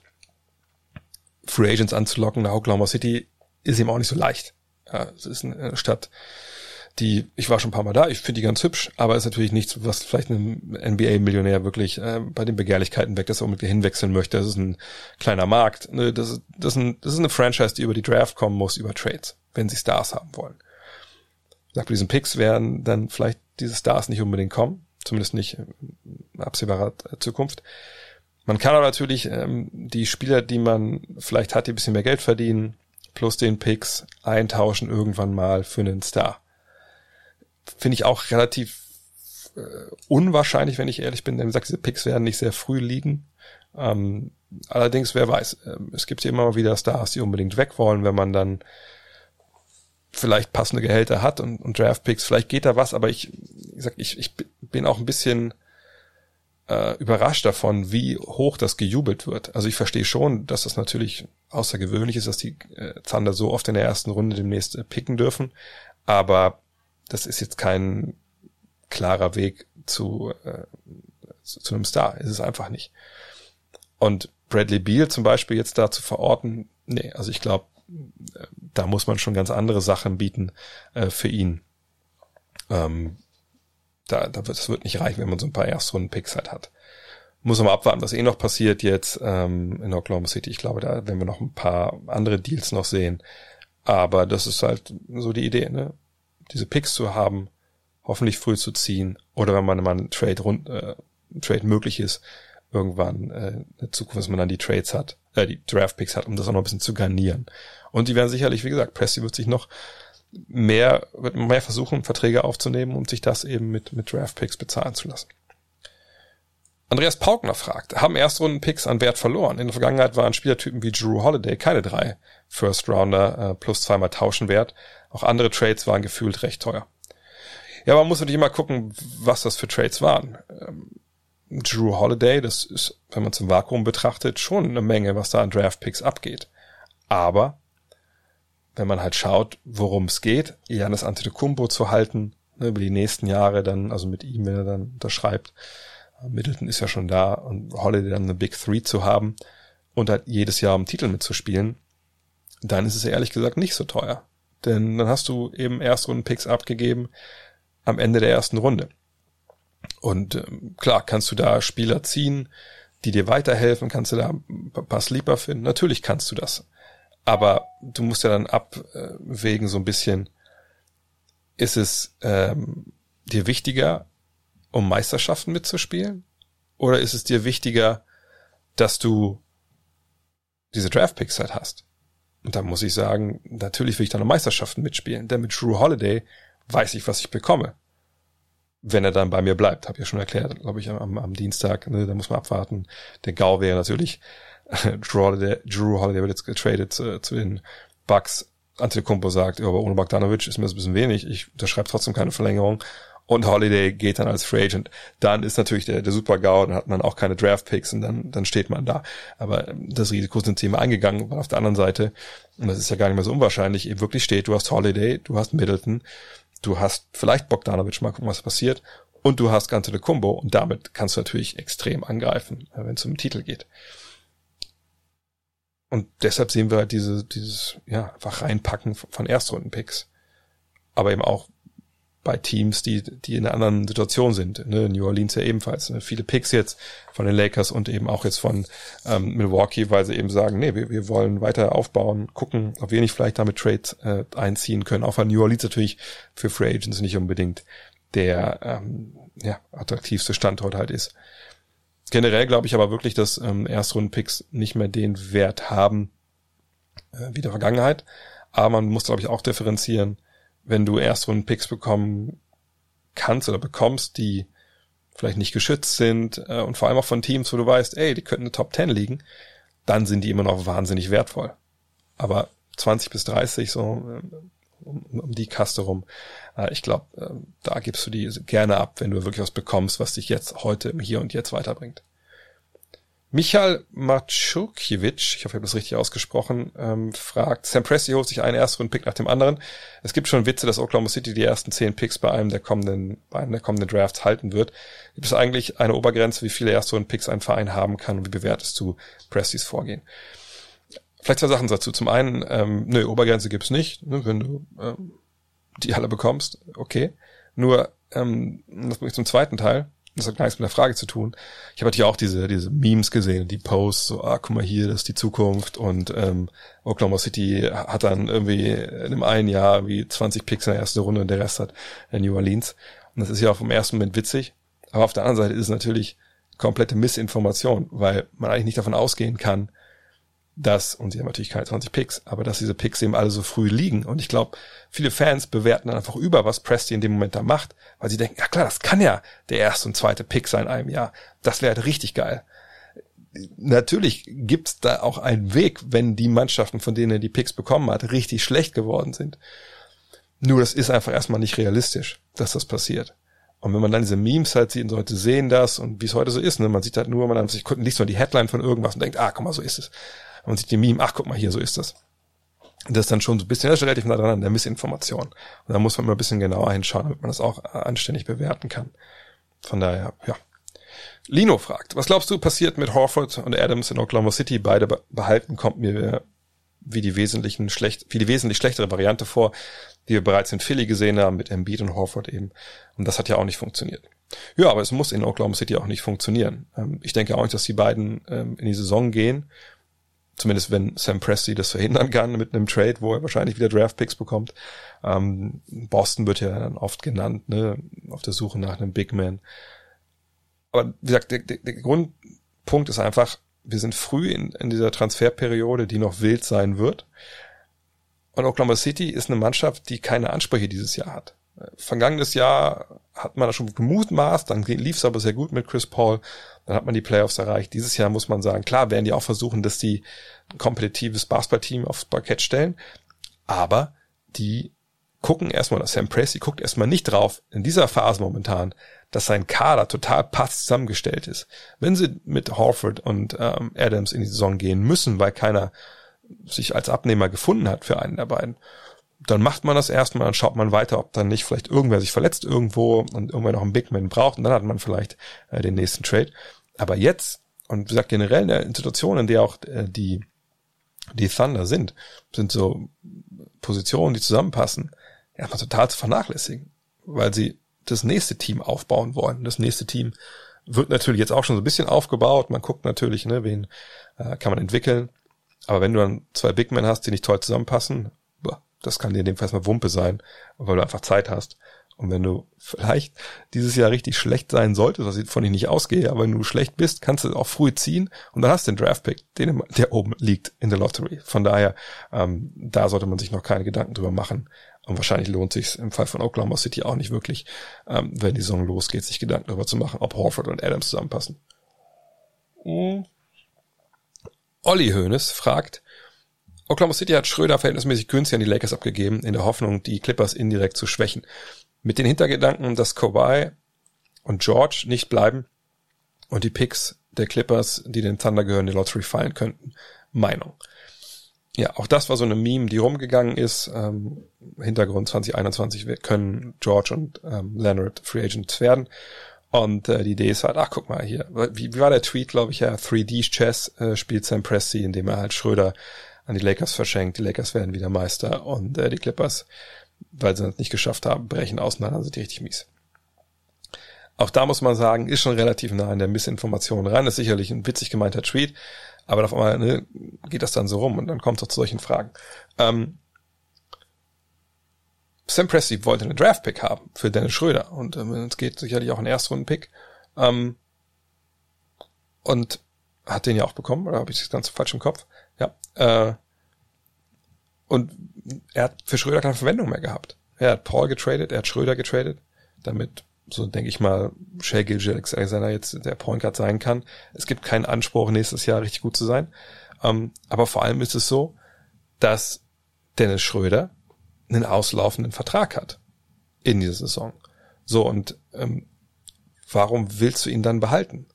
Free Agents anzulocken nach Oklahoma City ist ihm auch nicht so leicht. Ja, es ist eine Stadt, die, ich war schon ein paar Mal da, ich finde die ganz hübsch, aber ist natürlich nichts, was vielleicht ein N B A-Millionär wirklich äh, bei den Begehrlichkeiten weg, dass er unbedingt hinwechseln möchte. Das ist ein kleiner Markt. Ne? Das, ist, das, ist ein, das ist eine Franchise, die über die Draft kommen muss, über Trades, wenn sie Stars haben wollen. Ich sag, bei diesen Picks werden dann vielleicht diese Stars nicht unbedingt kommen, zumindest nicht in absehbarer Zukunft. Man kann aber natürlich ähm, die Spieler, die man vielleicht hat, die ein bisschen mehr Geld verdienen, plus den Picks eintauschen irgendwann mal für einen Star. Finde ich auch relativ äh, unwahrscheinlich, wenn ich ehrlich bin. Wie gesagt, diese Picks werden nicht sehr früh liegen. Ähm, allerdings, wer weiß, äh, es gibt ja immer mal wieder Stars, die unbedingt weg wollen, wenn man dann vielleicht passende Gehälter hat und, und Draft-Picks, vielleicht geht da was, aber ich, wie gesagt, ich, ich bin auch ein bisschen äh, überrascht davon, wie hoch das gejubelt wird. Also ich verstehe schon, dass das natürlich außergewöhnlich ist, dass die äh, Thunder so oft in der ersten Runde demnächst äh, picken dürfen, aber das ist jetzt kein klarer Weg zu, äh, zu, zu einem Star. Ist es einfach nicht. Und Bradley Beal zum Beispiel jetzt da zu verorten, nee, also ich glaube, da muss man schon ganz andere Sachen bieten äh, für ihn. Ähm, da, da wird es wird nicht reichen, wenn man so ein paar Erstrunden-Picks halt hat. Muss man mal abwarten, was eh noch passiert jetzt ähm, in Oklahoma City. Ich glaube, da werden wir noch ein paar andere Deals noch sehen. Aber das ist halt so die Idee, ne? Diese Picks zu haben, hoffentlich früh zu ziehen, oder wenn man mal einen Trade rund, äh, Trade möglich ist, irgendwann äh, eine Zukunft, dass man dann die Trades hat, äh, die Draft-Picks hat, um das auch noch ein bisschen zu garnieren. Und die werden sicherlich, wie gesagt, Presti wird sich noch mehr, wird mehr versuchen, Verträge aufzunehmen und sich das eben mit, mit Draft-Picks bezahlen zu lassen. Andreas Paukner fragt, haben Erstrunden-Picks an Wert verloren? In der Vergangenheit waren Spielertypen wie Jrue Holiday keine drei First-Rounder äh, plus zweimal Tauschen wert. Auch andere Trades waren gefühlt recht teuer. Ja, man muss natürlich immer gucken, was das für Trades waren. Ähm, Jrue Holiday, das ist, wenn man es im Vakuum betrachtet, schon eine Menge, was da an Draft-Picks abgeht. Aber wenn man halt schaut, worum es geht, Giannis Antetokounmpo zu halten, ne, über die nächsten Jahre dann, also mit ihm, wenn er dann unterschreibt, Middleton ist ja schon da, und Holiday dann eine Big Three zu haben und halt jedes Jahr um Titel mitzuspielen, dann ist es ehrlich gesagt nicht so teuer. Denn dann hast du eben Erstrunden-Picks abgegeben am Ende der ersten Runde. Und ähm, klar, kannst du da Spieler ziehen, die dir weiterhelfen, kannst du da ein paar Sleeper finden, natürlich kannst du das. Aber du musst ja dann abwägen so ein bisschen, ist es ähm, dir wichtiger, um Meisterschaften mitzuspielen? Oder ist es dir wichtiger, dass du diese Draft-Picks halt hast? Und da muss ich sagen, natürlich will ich dann um Meisterschaften mitspielen, denn mit Jrue Holiday weiß ich, was ich bekomme. Wenn er dann bei mir bleibt, habe ich ja schon erklärt, glaube ich, am, am Dienstag, ne, da muss man abwarten. Der GAU wäre natürlich, Jrue Holiday, Jrue Holiday wird jetzt getradet zu, zu den Bucks. Antetokounmpo sagt, ja, aber ohne Bogdanovic ist mir das ein bisschen wenig, ich unterschreibe trotzdem keine Verlängerung. Und Holiday geht dann als Free Agent. Dann ist natürlich der, der Super-GAU, dann hat man auch keine Draft-Picks und dann, dann steht man da. Aber das Risiko sind sie immer eingegangen, weil auf der anderen Seite, und das ist ja gar nicht mehr so unwahrscheinlich, eben wirklich steht, du hast Holiday, du hast Middleton, du hast vielleicht Bogdanovic, mal gucken, was passiert, und du hast Antetokounmpo, und damit kannst du natürlich extrem angreifen, wenn es um den Titel geht. Und deshalb sehen wir halt diese, dieses, ja, einfach reinpacken von Erstrunden-Picks. Aber eben auch bei Teams, die die in einer anderen Situation sind. Ne? New Orleans ja ebenfalls. Ne? Viele Picks jetzt von den Lakers und eben auch jetzt von ähm, Milwaukee, weil sie eben sagen, nee, wir, wir wollen weiter aufbauen, gucken, ob wir nicht vielleicht damit Trades äh, einziehen können. Auch weil New Orleans natürlich für Free Agents nicht unbedingt der ähm, ja, attraktivste Standort halt ist. generell glaube ich aber wirklich, dass ähm, Erstrunden-Picks nicht mehr den Wert haben äh, wie der Vergangenheit. Aber man muss, glaube ich, auch differenzieren, wenn du Erstrunden-Picks bekommen kannst oder bekommst, die vielleicht nicht geschützt sind äh, und vor allem auch von Teams, wo du weißt, ey, die könnten eine Top Ten liegen, dann sind die immer noch wahnsinnig wertvoll. Aber zwanzig bis dreißig, so um, um die Kaste rum, äh, ich glaube, äh, da gibst du die gerne ab, wenn du wirklich was bekommst, was dich jetzt heute im Hier und Jetzt weiterbringt. Michal Maciukiewicz, ich hoffe, ich habe das richtig ausgesprochen, ähm, fragt, Sam Presti holt sich einen Erstrunden-Pick nach dem anderen. Es gibt schon Witze, dass Oklahoma City die ersten zehn Picks bei einem der kommenden, bei einem der kommenden Drafts halten wird. Gibt es eigentlich eine Obergrenze, wie viele Erstrunden-Picks ein Verein haben kann und wie bewertest du Prestis Vorgehen? Vielleicht zwei Sachen dazu. Zum einen, ähm, nö, Obergrenze gibt's nicht, ne, wenn du ähm, die alle bekommst, okay. Nur, ähm, das bringt mich zum zweiten Teil. Das hat gar nichts mit der Frage zu tun. Ich habe natürlich auch diese diese Memes gesehen, die Posts, so, ah, guck mal hier, das ist die Zukunft und ähm, Oklahoma City hat dann irgendwie in einem einen Jahr wie zwanzig Picks in der ersten Runde und der Rest hat New Orleans. Und das ist ja auch im ersten Moment witzig, aber auf der anderen Seite ist es natürlich komplette Missinformation, weil man eigentlich nicht davon ausgehen kann, dass, und sie haben natürlich keine zwanzig Picks, aber dass diese Picks eben alle so früh liegen. Und ich glaube, viele Fans bewerten dann einfach über, was Presti in dem Moment da macht, weil sie denken, ja klar, das kann ja der erste und zweite Pick sein in einem Jahr. Das wäre halt richtig geil. Natürlich gibt's da auch einen Weg, wenn die Mannschaften, von denen er die Picks bekommen hat, richtig schlecht geworden sind. Nur das ist einfach erstmal nicht realistisch, dass das passiert. Und wenn man dann diese Memes halt sieht und Leute sehen das und wie es heute so ist, ne, man sieht halt nur, man dann sich liest mal die Headline von irgendwas und denkt, ah, guck mal, so ist es. Und man sieht die Meme, ach, guck mal hier, so ist das. Und das ist dann schon so ein bisschen, das ist relativ nah dran an der Missinformation. Und da muss man immer ein bisschen genauer hinschauen, damit man das auch anständig bewerten kann. Von daher, ja. Lino fragt, was glaubst du passiert mit Horford und Adams in Oklahoma City? Beide behalten, kommt mir wie die wesentlichen schlecht, wie die wesentlich schlechtere Variante vor, die wir bereits in Philly gesehen haben, mit Embiid und Horford eben. Und das hat ja auch nicht funktioniert. Ja, aber es muss in Oklahoma City auch nicht funktionieren. Ich denke auch nicht, dass die beiden in die Saison gehen. Zumindest wenn Sam Presti das verhindern kann mit einem Trade, wo er wahrscheinlich wieder Draftpicks bekommt. Ähm, Boston wird ja dann oft genannt, ne, auf der Suche nach einem Big Man. Aber wie gesagt, der, der, der Grundpunkt ist einfach, wir sind früh in, in dieser Transferperiode, die noch wild sein wird. Und Oklahoma City ist eine Mannschaft, die keine Ansprüche dieses Jahr hat. Vergangenes Jahr hat man da schon gemutmaßt, dann lief es aber sehr gut mit Chris Paul, dann hat man die Playoffs erreicht. Dieses Jahr muss man sagen, klar werden die auch versuchen, dass die ein kompetitives Basketballteam aufs Parkett stellen, aber die gucken erstmal, dass Sam Presti guckt erstmal nicht drauf, in dieser Phase momentan, dass sein Kader total passt zusammengestellt ist. Wenn sie mit Horford und ähm, Adams in die Saison gehen müssen, weil keiner sich als Abnehmer gefunden hat für einen der beiden, dann macht man das erstmal, dann schaut man weiter, ob dann nicht vielleicht irgendwer sich verletzt irgendwo und irgendwer noch einen Big Man braucht und dann hat man vielleicht äh, den nächsten Trade. Aber jetzt, und wie gesagt, generell in der Situation, in der auch äh, die die Thunder sind, sind so Positionen, die zusammenpassen, erstmal total zu vernachlässigen, weil sie das nächste Team aufbauen wollen. Das nächste Team wird natürlich jetzt auch schon so ein bisschen aufgebaut. Man guckt natürlich, ne, wen äh, kann man entwickeln. Aber wenn du dann zwei Big Men hast, die nicht toll zusammenpassen, das kann dir in dem Fall erstmal Wumpe sein, weil du einfach Zeit hast. Und wenn du vielleicht dieses Jahr richtig schlecht sein solltest, was ich von dir nicht ausgehe, aber wenn du schlecht bist, kannst du auch früh ziehen und dann hast du den Draftpick, den, der oben liegt in der Lottery. Von daher, ähm, da sollte man sich noch keine Gedanken drüber machen. Und wahrscheinlich lohnt sich im Fall von Oklahoma City auch nicht wirklich, ähm, wenn die Saison losgeht, sich Gedanken darüber zu machen, ob Horford und Adams zusammenpassen. Mhm. Olli Hoeneß fragt, Oklahoma City hat Schröder verhältnismäßig günstig an die Lakers abgegeben, in der Hoffnung, die Clippers indirekt zu schwächen. Mit den Hintergedanken, dass Kawhi und George nicht bleiben und die Picks der Clippers, die den Thunder gehören, in die Lottery fallen könnten. Meinung. Ja, auch das war so eine Meme, die rumgegangen ist. Ähm, Hintergrund zwanzig einundzwanzig können George und ähm, Leonard Free Agents werden. Und äh, die Idee ist halt, ach guck mal hier, wie, wie war der Tweet, glaube ich, ja, drei D Chess äh, spielt Sam Presti, indem er halt Schröder an die Lakers verschenkt. Die Lakers werden wieder Meister und äh, die Clippers, weil sie es nicht geschafft haben, brechen auseinander, sind die richtig mies. Auch da muss man sagen, ist schon relativ nah in der Missinformation ran. Ist sicherlich ein witzig gemeinter Tweet, aber auf einmal ne, geht das dann so rum und dann kommt es auch zu solchen Fragen. Ähm, Sam Presti wollte einen Draft-Pick haben für Dennis Schröder und ähm, es geht sicherlich auch einen Erstrunden-Pick. Ähm, und hat den ja auch bekommen, oder habe ich das ganz falsch im Kopf? Ja. Äh, und er hat für Schröder keine Verwendung mehr gehabt. Er hat Paul getradet, er hat Schröder getradet, damit, so denke ich mal, Shai Gilgeous-Alexander jetzt der Point Guard sein kann. Es gibt keinen Anspruch, nächstes Jahr richtig gut zu sein. Ähm, aber vor allem ist es so, dass Dennis Schröder einen auslaufenden Vertrag hat in dieser Saison. So, und ähm, warum willst du ihn dann behalten?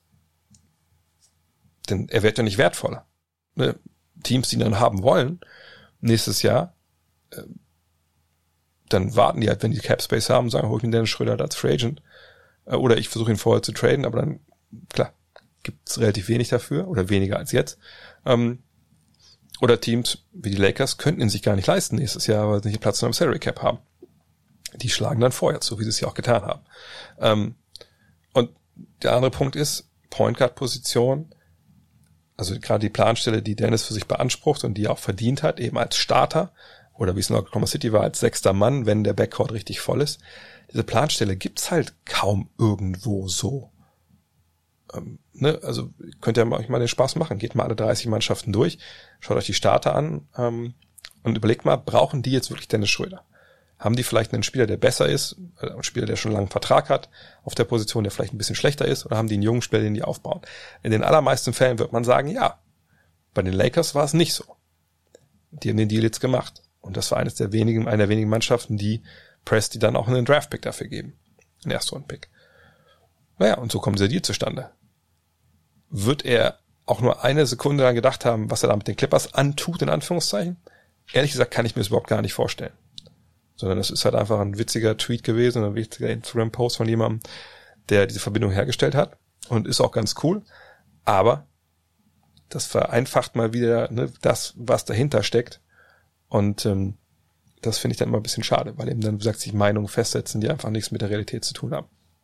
Denn er wird ja nicht wertvoller. Ne? Teams, die ihn dann haben wollen, nächstes Jahr, äh, dann warten die halt, wenn die Cap Space haben, sagen, hol ich mir Dennis Schröder als Free Agent. Äh, oder ich versuche ihn vorher zu traden, aber dann, klar, gibt's relativ wenig dafür, oder weniger als jetzt. Ähm, oder Teams wie die Lakers könnten ihn sich gar nicht leisten nächstes Jahr, weil sie nicht Platz in einem Salary Cap haben. Die schlagen dann vorher zu, wie sie es ja auch getan haben. Ähm, und der andere Punkt ist, Point Guard Position, also gerade die Planstelle, die Dennis für sich beansprucht und die er auch verdient hat, eben als Starter, oder wie es in Oklahoma City war, als sechster Mann, wenn der Backcourt richtig voll ist. Diese Planstelle gibt's halt kaum irgendwo so. Ähm, ne? Also könnt ihr euch mal den Spaß machen. Geht mal alle dreißig Mannschaften durch, schaut euch die Starter an ähm, und überlegt mal, brauchen die jetzt wirklich Dennis Schröder? Haben die vielleicht einen Spieler, der besser ist, äh, einen Spieler, der schon einen langen Vertrag hat auf der Position, der vielleicht ein bisschen schlechter ist, oder haben die einen jungen Spieler, den die aufbauen? In den allermeisten Fällen wird man sagen, ja. Bei den Lakers war es nicht so. Die haben den Deal jetzt gemacht. Und das war eines der wenigen, einer der wenigen Mannschaften, die Presti dann auch einen Draft-Pick dafür geben. Einen Erstrunden-Pick. Naja, und so kommt dieser Deal zustande. Wird er auch nur eine Sekunde daran gedacht haben, was er da mit den Clippers antut, in Anführungszeichen? Ehrlich gesagt kann ich mir das überhaupt gar nicht vorstellen. Sondern es ist halt einfach ein witziger Tweet gewesen, ein witziger Instagram-Post von jemandem, der diese Verbindung hergestellt hat. Und ist auch ganz cool. Aber das vereinfacht mal wieder, ne, das, was dahinter steckt. Und ähm, das finde ich dann immer ein bisschen schade, weil eben dann, wie gesagt, sich Meinungen festsetzen, die einfach nichts mit der Realität zu tun haben.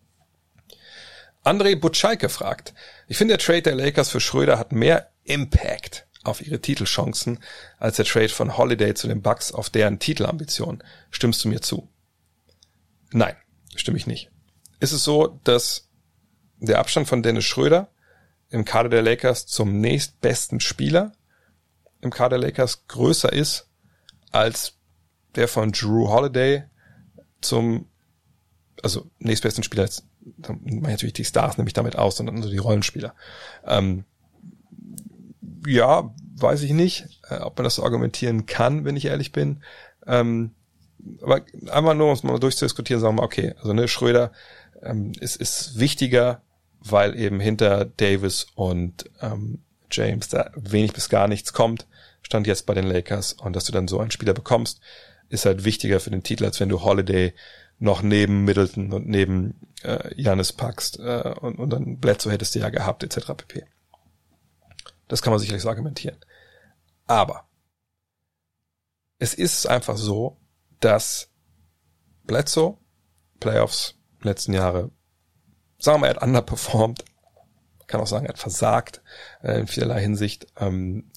André Butschalke fragt, ich finde, der Trade der Lakers für Schröder hat mehr Impact auf ihre Titelchancen als der Trade von Holiday zu den Bucks auf deren Titelambitionen. Stimmst du mir zu? Nein, stimme ich nicht. Ist es so, dass der Abstand von Dennis Schröder im Kader der Lakers zum nächstbesten Spieler im Kader der Lakers größer ist als der von Jrue Holiday zum, also nächstbesten Spieler, jetzt meine ich natürlich die Stars nämlich damit aus, sondern so die Rollenspieler. Ähm, ja, weiß ich nicht, äh, ob man das so argumentieren kann, wenn ich ehrlich bin. Ähm, aber einfach nur, um es mal durchzudiskutieren, sagen wir mal, okay, also ne, Schröder ähm, ist, ist wichtiger, weil eben hinter Davis und ähm, James da wenig bis gar nichts kommt, stand jetzt bei den Lakers, und dass du dann so einen Spieler bekommst, ist halt wichtiger für den Titel, als wenn du Holiday noch neben Middleton und neben äh, Giannis packst äh, und, und dann Bledsoe hättest du ja gehabt, et cetera pp. Das kann man sicherlich so argumentieren. Aber es ist einfach so, dass Bledsoe Playoffs letzten Jahre, sagen wir mal, er hat underperformed, kann auch sagen, er hat versagt äh, in vielerlei Hinsicht. Ähm,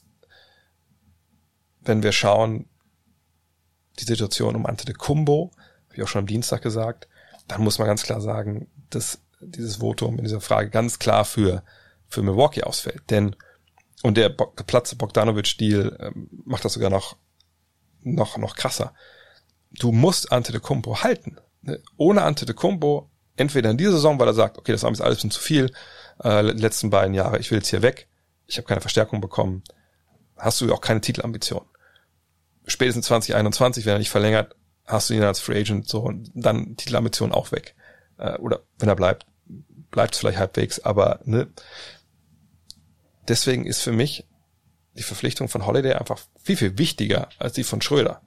wenn wir schauen, die Situation um Antetokounmpo, habe ich auch schon am Dienstag gesagt, dann muss man ganz klar sagen, dass dieses Votum in dieser Frage ganz klar für für Milwaukee ausfällt. Denn und der geplatzte Bogdanovic-Deal ähm, macht das sogar noch noch noch krasser. Du musst Antetokounmpo halten. Ne? Ohne Antetokounmpo, entweder in dieser Saison, weil er sagt, okay, das war jetzt alles ein bisschen zu viel, äh, die letzten beiden Jahre, ich will jetzt hier weg, ich habe keine Verstärkung bekommen, hast du auch keine Titelambition. Spätestens zwanzig einundzwanzig, wenn er nicht verlängert, hast du ihn als Free Agent, so, und dann Titelambition auch weg. Äh, oder wenn er bleibt, bleibt es vielleicht halbwegs, aber ne. Deswegen ist für mich die Verpflichtung von Holiday einfach viel, viel wichtiger als die von Schröder.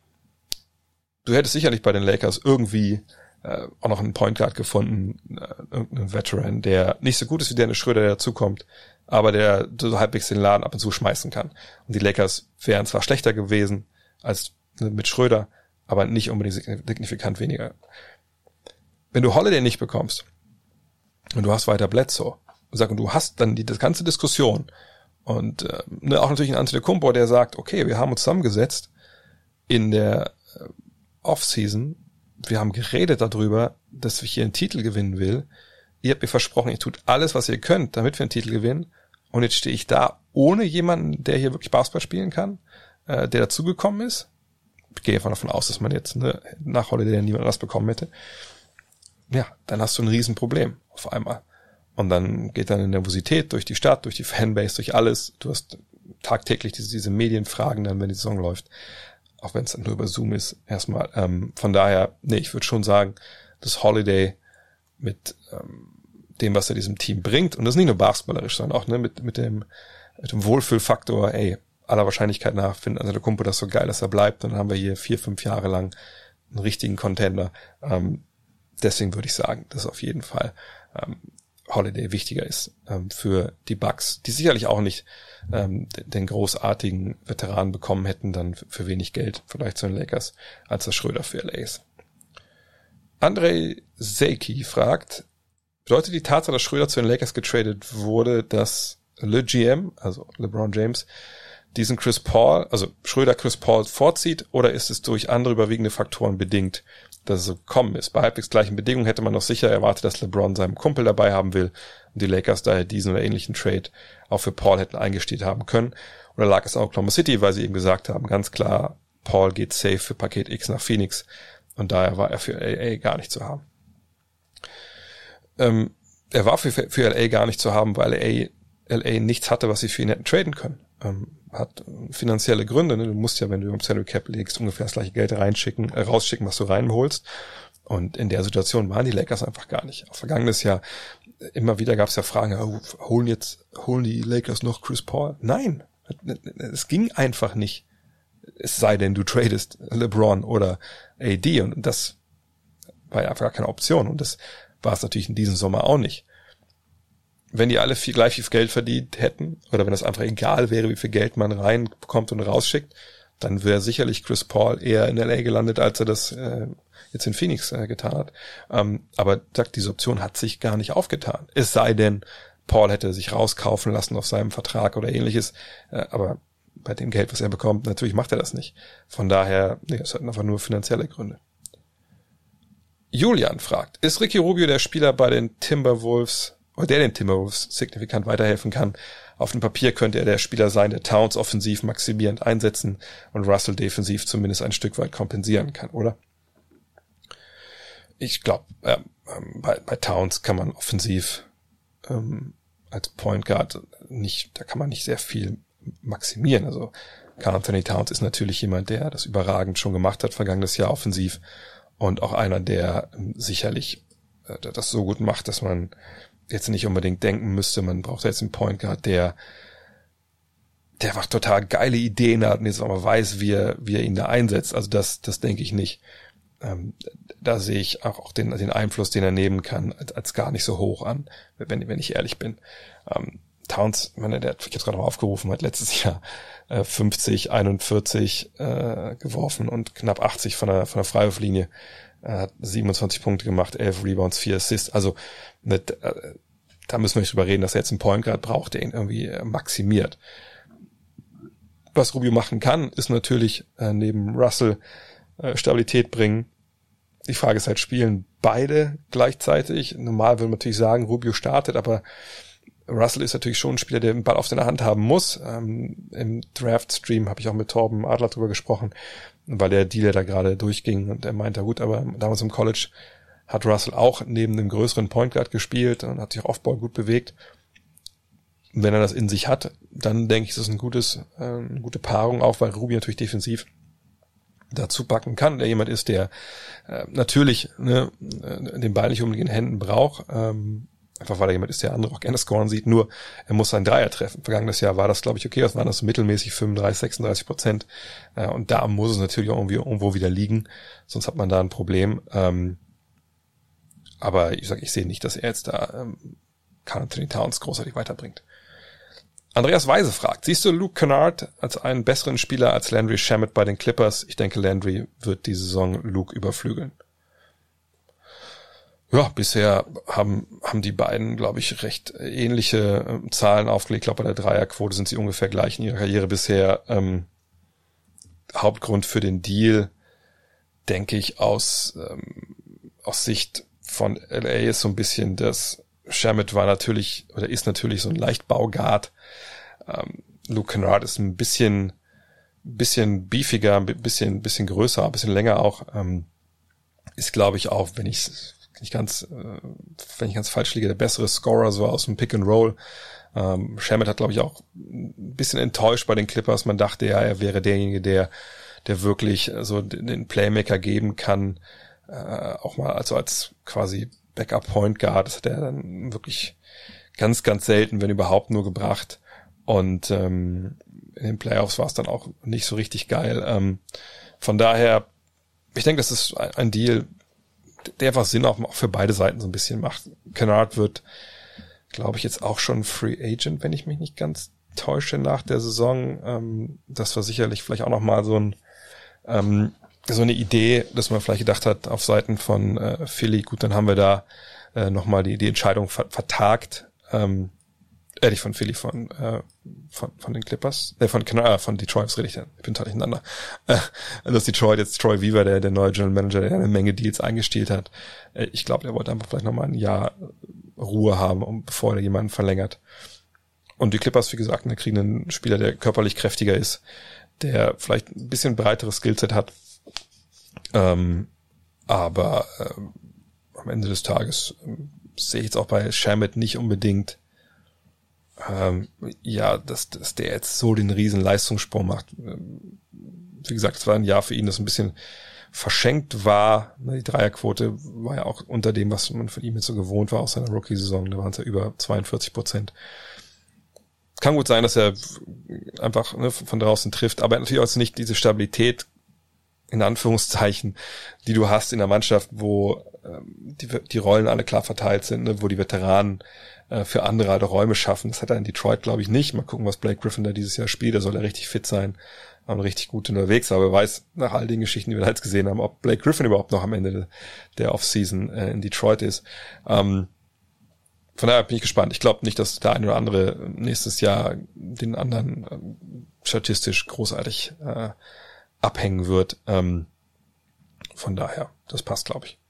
Du hättest sicherlich bei den Lakers irgendwie äh, auch noch einen Point Guard gefunden, äh, irgendeinen Veteran, der nicht so gut ist wie Dennis Schröder, der dazukommt, aber der so halbwegs den Laden ab und zu schmeißen kann. Und die Lakers wären zwar schlechter gewesen als ne, mit Schröder, aber nicht unbedingt signifikant weniger. Wenn du Holiday nicht bekommst und du hast weiter Bledsoe, und sag, und du hast dann die das ganze Diskussion und äh, ne, auch natürlich ein Antetokounmpo, der sagt, okay, wir haben uns zusammengesetzt in der äh, Offseason, wir haben geredet darüber, dass ich hier einen Titel gewinnen will. ihr habt mir versprochen, ihr tut alles, was ihr könnt, damit wir einen Titel gewinnen. Und jetzt stehe ich da ohne jemanden, der hier wirklich Basketball spielen kann, äh, der dazugekommen ist. Ich gehe einfach davon aus, dass man jetzt ne, nach Holiday niemand anders bekommen hätte. Ja, dann hast du ein Riesenproblem auf einmal. Und dann geht dann eine Nervosität durch die Stadt, durch die Fanbase, durch alles. Du hast tagtäglich diese, diese Medienfragen dann, wenn die Saison läuft. Auch wenn es dann nur über Zoom ist, erstmal. Ähm, von daher, nee, ich würde schon sagen, dass Holiday mit ähm, dem, was er diesem Team bringt, und das ist nicht nur basketballerisch, sondern auch ne, mit, mit, dem, mit dem Wohlfühlfaktor, ey, aller Wahrscheinlichkeit nach finden also der Kumpel das so geil, dass er bleibt, dann haben wir hier vier, fünf Jahre lang einen richtigen Contender. Ähm, deswegen würde ich sagen, dass auf jeden Fall ähm, Holiday wichtiger ist ähm, für die Bucks, die sicherlich auch nicht ähm, den großartigen Veteranen bekommen hätten, dann für wenig Geld, vielleicht zu den Lakers, als das Schröder für L A ist. Andrei Seiki fragt, bedeutet die Tatsache, dass Schröder zu den Lakers getradet wurde, dass Le G M, also LeBron James, diesen Chris Paul, also Schröder Chris Paul vorzieht, oder ist es durch andere überwiegende Faktoren bedingt, dass es so gekommen ist? Bei halbwegs gleichen Bedingungen hätte man noch sicher erwartet, dass LeBron seinen Kumpel dabei haben will und die Lakers daher diesen oder ähnlichen Trade auch für Paul hätten eingestellt haben können. Oder lag es auch Oklahoma City, weil sie eben gesagt haben, ganz klar, Paul geht safe für Paket X nach Phoenix und daher war er für L A gar nicht zu haben. Ähm, er war für, für L A gar nicht zu haben, weil L A, L A nichts hatte, was sie für ihn hätten traden können. Ähm, hat finanzielle Gründe. Ne? Du musst ja, wenn du im Salary Cap legst, ungefähr das gleiche Geld reinschicken, äh, rausschicken, was du reinholst. Und in der Situation waren die Lakers einfach gar nicht. Auch vergangenes Jahr immer wieder gab es ja Fragen, oh, holen jetzt holen die Lakers noch Chris Paul? Nein, es ging einfach nicht. Es sei denn, du tradest LeBron oder A D, und das war ja einfach gar keine Option. Und das war es natürlich in diesem Sommer auch nicht. Wenn die alle viel, gleich viel Geld verdient hätten, oder wenn das einfach egal wäre, wie viel Geld man reinbekommt und rausschickt, dann wäre sicherlich Chris Paul eher in L A gelandet, als er das äh, jetzt in Phoenix äh, getan hat. Ähm, aber sagt, diese Option hat sich gar nicht aufgetan. Es sei denn, Paul hätte sich rauskaufen lassen auf seinem Vertrag oder ähnliches. Äh, aber bei dem Geld, was er bekommt, natürlich macht er das nicht. Von daher, nee, es hat einfach nur finanzielle Gründe. Julian fragt, ist Ricky Rubio der Spieler bei den Timberwolves, oder der den Timberwolves signifikant weiterhelfen kann? Auf dem Papier könnte er der Spieler sein, der Towns offensiv maximierend einsetzen und Russell defensiv zumindest ein Stück weit kompensieren kann, oder? Ich glaube, äh, bei, bei Towns kann man offensiv ähm, als Point Guard nicht, da kann man nicht sehr viel maximieren. Also Karl Anthony Towns ist natürlich jemand, der das überragend schon gemacht hat vergangenes Jahr offensiv, und auch einer, der ähm, sicherlich äh, das so gut macht, dass man jetzt nicht unbedingt denken müsste, man braucht jetzt einen Point Guard, der der einfach total geile Ideen hat und jetzt auch mal weiß, wie er, wie er ihn da einsetzt. Also das, das denke ich nicht. Ähm, da sehe ich auch, auch den, den Einfluss, den er nehmen kann, als, als gar nicht so hoch an, wenn, wenn ich ehrlich bin. Ähm, Towns, ich meine, der hat, ich habe gerade mal aufgerufen, hat letztes Jahr äh, fünfzig, einundvierzig äh, geworfen und knapp achtzig von der, von der Freiwurflinie. Er hat siebenundzwanzig Punkte gemacht, elf Rebounds, vier Assists. Also nicht, äh, da müssen wir nicht drüber reden, dass er jetzt einen Point Guard braucht, der ihn irgendwie äh, maximiert. Was Rubio machen kann, ist natürlich äh, neben Russell äh, Stabilität bringen. Die Frage ist halt, spielen beide gleichzeitig? Normal würde man natürlich sagen, Rubio startet, aber Russell ist natürlich schon ein Spieler, der den Ball auf der Hand haben muss. Ähm, Im Draft-Stream habe ich auch mit Torben Adler drüber gesprochen, weil der Deal da gerade durchging und er meinte, gut, aber damals im College hat Russell auch neben dem größeren Point Guard gespielt und hat sich Offball gut bewegt. Wenn er das in sich hat, dann denke ich, ist das ein gutes, äh, eine gute Paarung, auch weil Rubio natürlich defensiv dazu packen kann, der jemand ist, der äh, natürlich ne, den Ball nicht unbedingt in den Händen braucht, ähm, einfach weil er jemand ist, der andere auch gerne scoren sieht, nur er muss seinen Dreier treffen. Vergangenes Jahr war das, glaube ich, okay, das waren das so mittelmäßig fünfunddreißig, sechsunddreißig Prozent äh, und da muss es natürlich auch irgendwie irgendwo wieder liegen, sonst hat man da ein Problem. Ähm, aber ich sage, ich sehe nicht, dass er jetzt da ähm, Karl Anthony Towns großartig weiterbringt. Andreas Weise fragt, siehst du Luke Kennard als einen besseren Spieler als Landry Shamet bei den Clippers? Ich denke, Landry wird die Saison Luke überflügeln. Ja, bisher haben haben die beiden, glaube ich, recht ähnliche äh, Zahlen aufgelegt. Ich glaube, bei der Dreierquote sind sie ungefähr gleich in ihrer Karriere bisher. Ähm, Hauptgrund für den Deal, denke ich, aus ähm, aus Sicht von L A ist so ein bisschen, dass Shamet war natürlich, oder ist natürlich so ein Leichtbauguard. Ähm, Luke Kennard ist ein bisschen, bisschen beefiger, ein bisschen, bisschen größer, ein bisschen länger auch. Ähm, ist, glaube ich, auch, wenn ich nicht ganz, äh, wenn ich ganz falsch liege, der bessere Scorer so aus dem Pick and Roll. Ähm, Shamet hat, glaube ich, auch ein bisschen enttäuscht bei den Clippers. Man dachte ja, er wäre derjenige, der, der wirklich so den Playmaker geben kann, äh, auch mal also als quasi Backup Point Guard. Das hat er dann wirklich ganz, ganz selten, wenn überhaupt, nur gebracht. Und ähm, in den Playoffs war es dann auch nicht so richtig geil. Ähm, von daher, ich denke, das ist ein Deal, der einfach Sinn auch für beide Seiten so ein bisschen macht. Kennard wird, glaube ich, jetzt auch schon Free Agent, wenn ich mich nicht ganz täusche, nach der Saison. Ähm, das war sicherlich vielleicht auch nochmal so ein ähm, so eine Idee, dass man vielleicht gedacht hat, auf Seiten von äh, Philly, gut, dann haben wir da äh, nochmal die, die Entscheidung ver- vertagt. Ähm, äh, nicht von Philly, von äh, von von den Clippers, äh, von äh, von Detroit, was rede ich denn? Ich bin total durcheinander. Äh, dass Detroit jetzt Troy Weaver, der der neue General Manager, der eine Menge Deals eingestielt hat. Äh, ich glaube, der wollte einfach vielleicht nochmal ein Jahr Ruhe haben, um, bevor er jemanden verlängert. Und die Clippers, wie gesagt, ne, kriegen einen Spieler, der körperlich kräftiger ist, der vielleicht ein bisschen breiteres Skillset hat. Ähm, aber ähm, am Ende des Tages ähm, sehe ich jetzt auch bei Shamet nicht unbedingt, ähm, ja, dass, dass der jetzt so den riesen Leistungssprung macht. Ähm, wie gesagt, es war ein Jahr für ihn, das ein bisschen verschenkt war. Die Dreierquote war ja auch unter dem, was man von ihm jetzt so gewohnt war aus seiner Rookie-Saison. Da waren es ja über zweiundvierzig Prozent. Kann gut sein, dass er einfach ne, von draußen trifft, aber natürlich auch nicht diese Stabilität, in Anführungszeichen, die du hast in der Mannschaft, wo ähm, die, die Rollen alle klar verteilt sind, ne, wo die Veteranen äh, für andere halt Räume schaffen. Das hat er in Detroit, glaube ich, nicht. Mal gucken, was Blake Griffin da dieses Jahr spielt. Da soll er richtig fit sein und richtig gut unterwegs. Aber wer weiß, nach all den Geschichten, die wir da jetzt gesehen haben, ob Blake Griffin überhaupt noch am Ende der Offseason äh, in Detroit ist. Ähm, von daher bin ich gespannt. Ich glaube nicht, dass der eine oder andere nächstes Jahr den anderen äh, statistisch großartig äh, abhängen wird. Ähm, von daher, das passt, glaube ich.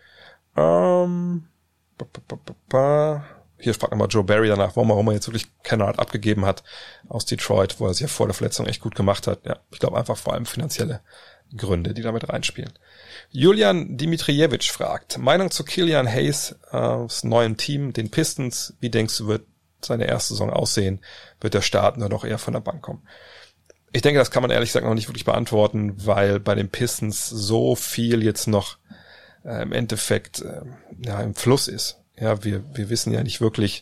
Ähm, ba, ba, ba, ba. Hier fragt nochmal Joe Barry danach, warum, warum er jetzt wirklich Kennard abgegeben hat aus Detroit, wo er sich ja vor der Verletzung echt gut gemacht hat. Ja, ich glaube einfach vor allem finanzielle Gründe, die damit reinspielen. Julian Dimitrijevic fragt, Meinung zu Killian Hayes äh, aus neuem Team, den Pistons. Wie denkst du, wird seine erste Saison aussehen? Wird er starten oder doch eher von der Bank kommen? Ich denke, das kann man ehrlich gesagt noch nicht wirklich beantworten, weil bei den Pistons so viel jetzt noch äh, im Endeffekt äh, ja im Fluss ist. Ja, wir wir wissen ja nicht wirklich,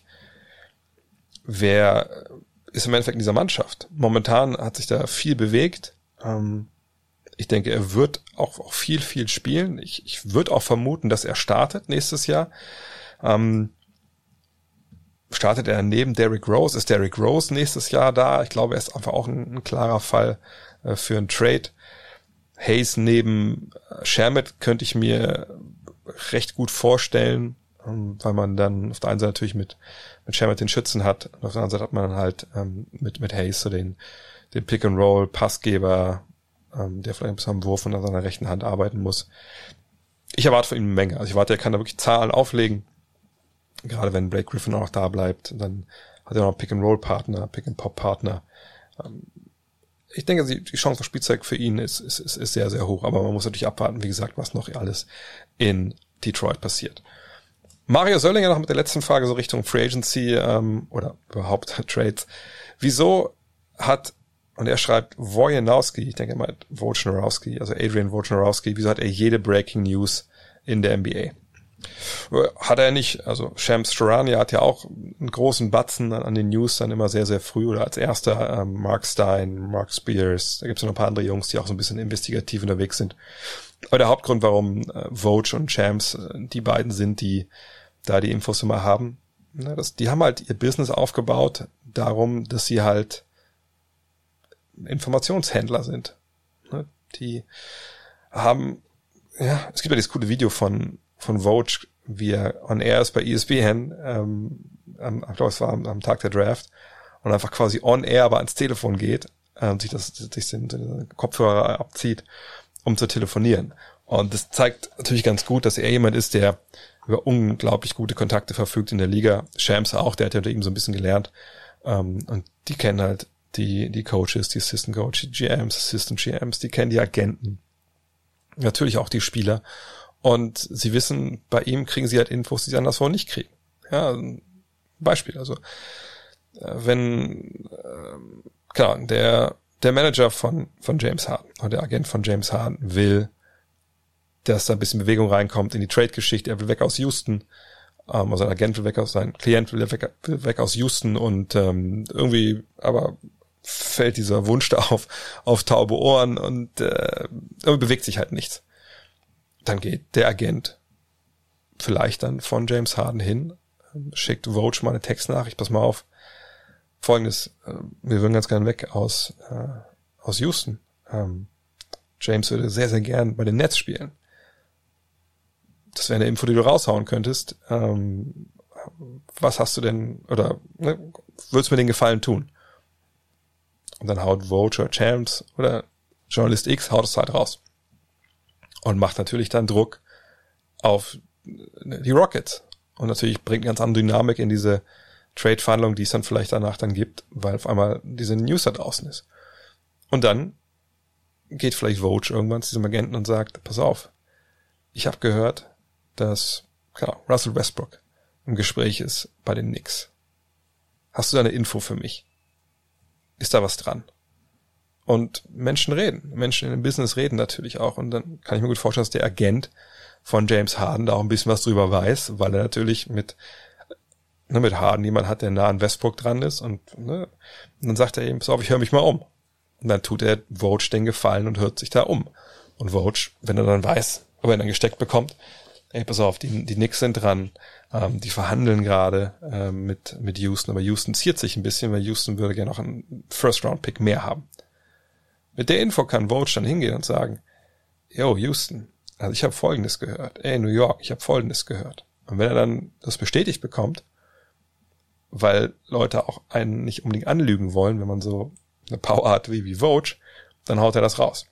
wer ist im Endeffekt in dieser Mannschaft. Momentan hat sich da viel bewegt. Ähm, ich denke, er wird auch auch viel viel spielen. Ich ich würde auch vermuten, dass er startet nächstes Jahr. Ähm, Startet er neben Derrick Rose? Ist Derrick Rose nächstes Jahr da? Ich glaube, er ist einfach auch ein, ein klarer Fall äh, für einen Trade. Hayes neben Shamet könnte ich mir recht gut vorstellen, ähm, weil man dann auf der einen Seite natürlich mit mit Shamet den Schützen hat, und auf der anderen Seite hat man dann halt ähm, mit mit Hayes so den den Pick-and-Roll Passgeber, ähm, der vielleicht ein bisschen am Wurf und an seiner rechten Hand arbeiten muss. Ich erwarte von ihm eine Menge. Also ich erwarte, er kann da wirklich Zahlen auflegen. Gerade wenn Blake Griffin auch noch da bleibt, dann hat er noch einen Pick-and-Roll-Partner, Pick-and-Pop-Partner. Ich denke, die Chance auf Spielzeit für ihn ist, ist, ist, ist sehr, sehr hoch. Aber man muss natürlich abwarten, wie gesagt, was noch alles in Detroit passiert. Mario Söllinger noch mit der letzten Frage so Richtung Free Agency ähm, oder überhaupt Trades. Wieso hat, und er schreibt Wojnarowski, ich denke mal Wojnarowski, also Adrian Wojnarowski, wieso hat er jede Breaking News in der N B A? Hat er nicht, also Shams Charania hat ja auch einen großen Batzen an den News dann immer sehr, sehr früh oder als erster, ähm, Mark Stein, Mark Spears, da gibt es noch ein paar andere Jungs, die auch so ein bisschen investigativ unterwegs sind. Aber der Hauptgrund, warum äh, Woj und Shams äh, die beiden sind, die da die Infos immer haben, na, das, die haben halt ihr Business aufgebaut darum, dass sie halt Informationshändler sind. Ne? Die haben, ja, es gibt ja dieses coole Video von von Woj, wie er on air ist bei E S P N, ähm, am, ich glaube, es war am, am Tag der Draft, und einfach quasi on air aber ans Telefon geht äh, und sich das sich den, den Kopfhörer abzieht, um zu telefonieren. Und das zeigt natürlich ganz gut, dass er jemand ist, der über unglaublich gute Kontakte verfügt in der Liga. Shams auch, der hat ja unter ihm so ein bisschen gelernt. Ähm, und die kennen halt die die Coaches, die Assistant Coach, die G Ms, Assistant G Ms, die kennen die Agenten. Natürlich auch die Spieler. Und sie wissen, bei ihm kriegen sie halt Infos, die sie anderswo nicht kriegen. Ja, ein Beispiel. Also, wenn, äh, klar, der, der Manager von, von James Harden oder der Agent von James Harden will, dass da ein bisschen Bewegung reinkommt in die Trade-Geschichte. Er will weg aus Houston. Ähm, also sein Agent will weg aus, sein Klient will weg, will weg aus Houston und, ähm, irgendwie, aber fällt dieser Wunsch da auf, auf taube Ohren und, äh, irgendwie bewegt sich halt nichts. Dann geht der Agent vielleicht dann von James Harden hin, schickt Woj mal eine Textnachricht, pass mal auf, Folgendes, wir würden ganz gern weg aus äh, aus Houston. Ähm, James würde sehr, sehr gern bei den Nets spielen. Das wäre eine Info, die du raushauen könntest. Ähm, was hast du denn, oder ne, würdest du mir den Gefallen tun? Und dann haut Woj oder James oder Journalist X haut es halt raus. Und macht natürlich dann Druck auf die Rockets. Und natürlich bringt eine ganz andere Dynamik in diese Trade-Verhandlung, die es dann vielleicht danach dann gibt, weil auf einmal diese News da draußen ist. Und dann geht vielleicht Woj irgendwann zu diesem Agenten und sagt, pass auf, ich habe gehört, dass klar, Russell Westbrook im Gespräch ist bei den Knicks. Hast du da eine Info für mich? Ist da was dran? Und Menschen reden. Menschen in dem Business reden natürlich auch. Und dann kann ich mir gut vorstellen, dass der Agent von James Harden da auch ein bisschen was drüber weiß, weil er natürlich mit, ne, mit Harden jemand hat, der nah an Westbrook dran ist. Und, ne, und dann sagt er ihm, pass auf, ich höre mich mal um. Und dann tut er Woj den Gefallen und hört sich da um. Und Woj, wenn er dann weiß, ob er ihn dann gesteckt bekommt, ey, pass auf, die, die Knicks sind dran, ähm, die verhandeln gerade ähm, mit, mit Houston. Aber Houston ziert sich ein bisschen, weil Houston würde gerne noch einen First-Round-Pick mehr haben. Mit der Info kann Woj dann hingehen und sagen, yo, Houston, also ich habe Folgendes gehört. Ey, New York, ich habe Folgendes gehört. Und wenn er dann das bestätigt bekommt, weil Leute auch einen nicht unbedingt anlügen wollen, wenn man so eine Power hat wie, wie Woj, dann haut er das raus.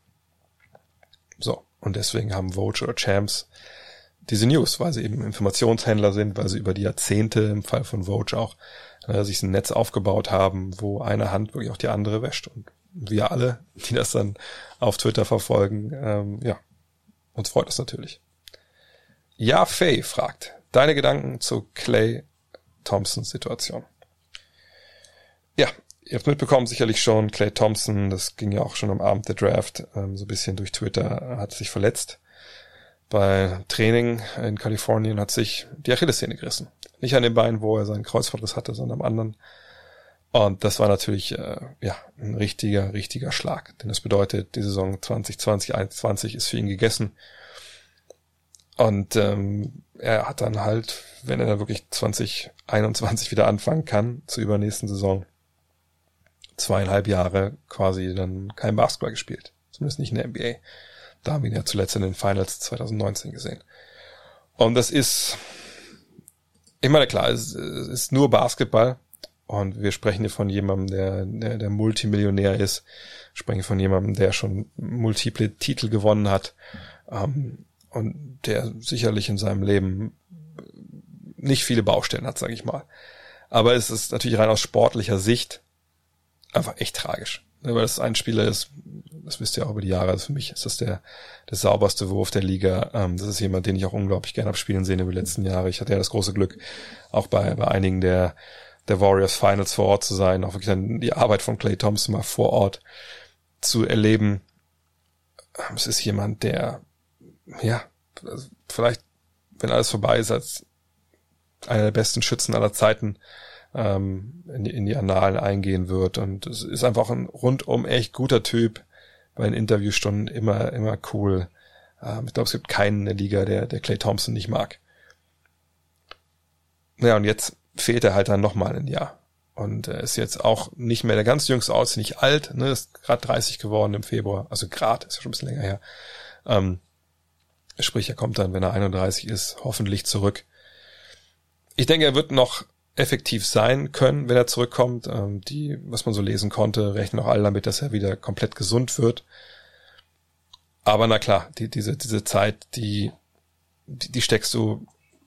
So, und deswegen haben Woj oder Champs diese News, weil sie eben Informationshändler sind, weil sie über die Jahrzehnte, im Fall von Woj auch, äh, sich ein Netz aufgebaut haben, wo eine Hand wirklich auch die andere wäscht. Und wir alle, die das dann auf Twitter verfolgen, ähm, ja, uns freut das natürlich. Ja, Faye fragt, deine Gedanken zu Klay Thompsons Situation? Ja, ihr habt mitbekommen sicherlich schon, Klay Thompson, das ging ja auch schon am Abend der Draft, ähm, so ein bisschen durch Twitter, hat sich verletzt. Bei Training in Kalifornien hat sich die Achillessehne gerissen. Nicht an dem Bein, wo er seinen Kreuzbandriss hatte, sondern am anderen. Und das war natürlich äh, ja ein richtiger, richtiger Schlag. Denn das bedeutet, die Saison zwanzig zwanzig einundzwanzig ist für ihn gegessen. Und ähm, er hat dann halt, wenn er dann wirklich zwanzig einundzwanzig wieder anfangen kann, zur übernächsten Saison, zweieinhalb Jahre quasi dann kein Basketball gespielt. Zumindest nicht in der N B A. Da haben wir ihn ja zuletzt in den Finals zwanzig neunzehn gesehen. Und das ist, ich meine, klar, es ist nur Basketball. Und wir sprechen hier von jemandem, der, der, der Multimillionär ist. Wir sprechen von jemandem, der schon multiple Titel gewonnen hat. Ähm, und der sicherlich in seinem Leben nicht viele Baustellen hat, sage ich mal. Aber es ist natürlich rein aus sportlicher Sicht einfach echt tragisch. Weil das ein Spieler ist, das wisst ihr auch über die Jahre, also für mich ist das der, der sauberste Wurf der Liga. Ähm, das ist jemand, den ich auch unglaublich gerne habe spielen sehen über die letzten Jahre. Ich hatte ja das große Glück, auch bei, bei einigen der, der Warriors Finals vor Ort zu sein, auch wirklich dann die Arbeit von Klay Thompson mal vor Ort zu erleben. Es ist jemand, der, ja, vielleicht, wenn alles vorbei ist, als einer der besten Schützen aller Zeiten ähm, in, die, in die Annalen eingehen wird. Und es ist einfach ein rundum echt guter Typ, bei den Interviewstunden immer, immer cool. Ähm, ich glaube, es gibt keinen in der Liga, der, der Klay Thompson nicht mag. Naja, und jetzt fehlt er halt dann nochmal ein Jahr. Und er ist jetzt auch nicht mehr der ganz jüngste aus, nicht alt, ne, ist gerade dreißig geworden im Februar, also gerade, ist ja schon ein bisschen länger her. Ähm, sprich, er kommt dann, wenn er einunddreißig ist, hoffentlich zurück. Ich denke, er wird noch effektiv sein können, wenn er zurückkommt. Ähm, die, was man so lesen konnte, rechnen auch alle damit, dass er wieder komplett gesund wird. Aber na klar, die, diese, diese Zeit, die, die, die steckst du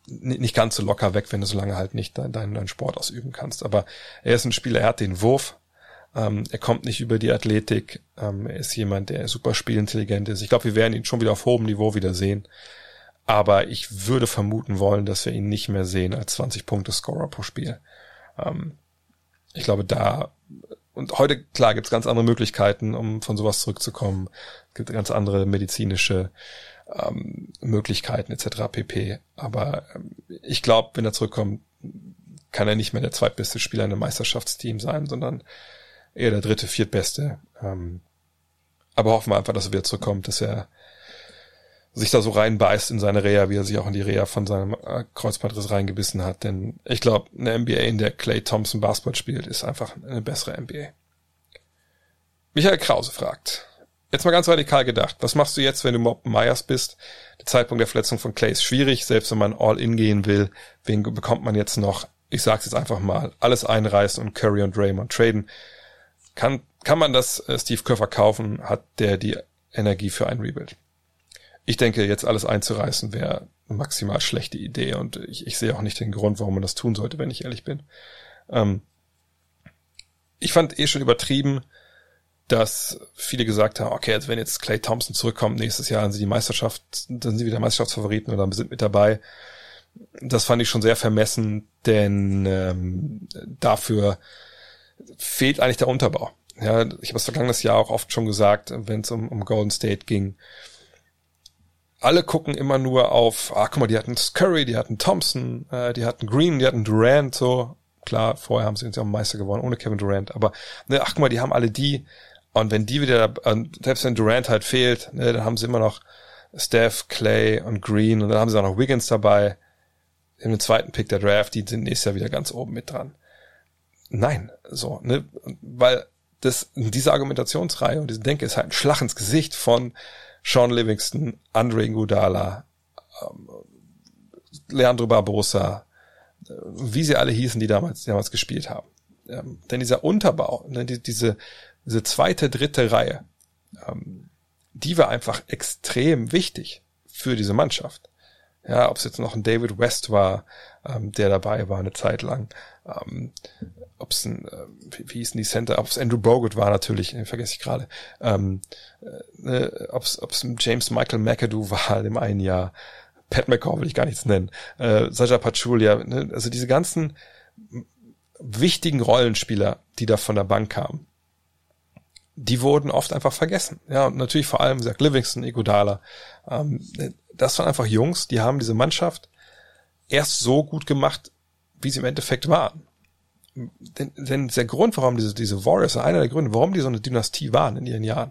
nicht ganz so locker weg, wenn du so lange halt nicht deinen dein, dein Sport ausüben kannst. Aber er ist ein Spieler, er hat den Wurf, ähm, er kommt nicht über die Athletik, ähm, er ist jemand, der super spielintelligent ist. Ich glaube, wir werden ihn schon wieder auf hohem Niveau wieder sehen. Aber ich würde vermuten wollen, dass wir ihn nicht mehr sehen als zwanzig-Punkte-Scorer pro Spiel. Ähm, ich glaube, da, und heute, klar, gibt es ganz andere Möglichkeiten, um von sowas zurückzukommen. Es gibt ganz andere medizinische ähm, Möglichkeiten et cetera pp. Aber ähm, ich glaube, wenn er zurückkommt, kann er nicht mehr der zweitbeste Spieler in einem Meisterschaftsteam sein, sondern eher der dritte, viertbeste. Ähm, aber hoffen wir einfach, dass er wieder zurückkommt, dass er sich da so reinbeißt in seine Reha, wie er sich auch in die Reha von seinem äh, Kreuzbandriss reingebissen hat. Denn ich glaube, eine N B A, in der Klay Thompson Basketball spielt, ist einfach eine bessere N B A. Michael Krause fragt, jetzt mal ganz radikal gedacht, was machst du jetzt, wenn du Mob Myers bist? Der Zeitpunkt der Verletzung von Klay ist schwierig, selbst wenn man All-In gehen will. Wen bekommt man jetzt noch? Ich sag's jetzt einfach mal, alles einreißen und Curry und Draymond traden. Kann, kann man das äh, Steve Kerr verkaufen? Hat der die Energie für ein Rebuild? Ich denke, jetzt alles einzureißen wäre eine maximal schlechte Idee und ich, ich sehe auch nicht den Grund, warum man das tun sollte, wenn ich ehrlich bin. Ähm, ich fand eh schon übertrieben, dass viele gesagt haben, okay, also wenn jetzt Klay Thompson zurückkommt nächstes Jahr, dann sind die Meisterschaft, dann sind sie wieder Meisterschaftsfavoriten oder sind mit dabei. Das fand ich schon sehr vermessen, denn ähm, dafür fehlt eigentlich der Unterbau. Ja, ich habe das vergangenes Jahr auch oft schon gesagt, wenn es um, um Golden State ging. Alle gucken immer nur auf, ah, guck mal, die hatten Curry, die hatten Thompson, äh, die hatten Green, die hatten Durant, so. Klar, vorher haben sie uns ja auch Meister geworden, ohne Kevin Durant, aber, ne, ach, guck mal, die haben alle die, und wenn die wieder, äh, selbst wenn Durant halt fehlt, ne, dann haben sie immer noch Steph, Clay und Green, und dann haben sie auch noch Wiggins dabei, in den zweiten Pick der Draft, die sind nächstes Jahr wieder ganz oben mit dran. Nein, so, ne, weil das, diese Argumentationsreihe und diese Denke ist halt ein Schlag ins Gesicht von Sean Livingston, Andre Iguodala, ähm, Leandro Barbosa, äh, wie sie alle hießen, die damals, die damals gespielt haben. Ähm, denn dieser Unterbau, ne, die, diese, diese zweite, dritte Reihe, ähm, die war einfach extrem wichtig für diese Mannschaft. Ja, ob es jetzt noch ein David West war, ähm, der dabei war eine Zeit lang, ähm, ob es ein, äh, wie, wie hießen die Center, ob es Andrew Bogut war natürlich, den vergesse ich gerade, ähm, äh, ob es ob es James Michael McAdoo war im einen Jahr, Pat McCaw will ich gar nichts nennen, äh, Zaza Pachulia, ne? Also diese ganzen wichtigen Rollenspieler, die da von der Bank kamen, die wurden oft einfach vergessen. Ja, und natürlich vor allem Zach Livingston, Iguodala, ähm, das waren einfach Jungs, die haben diese Mannschaft erst so gut gemacht, wie sie im Endeffekt waren. Denn, denn der Grund, warum diese, diese Warriors, einer der Gründe, warum die so eine Dynastie waren in ihren Jahren,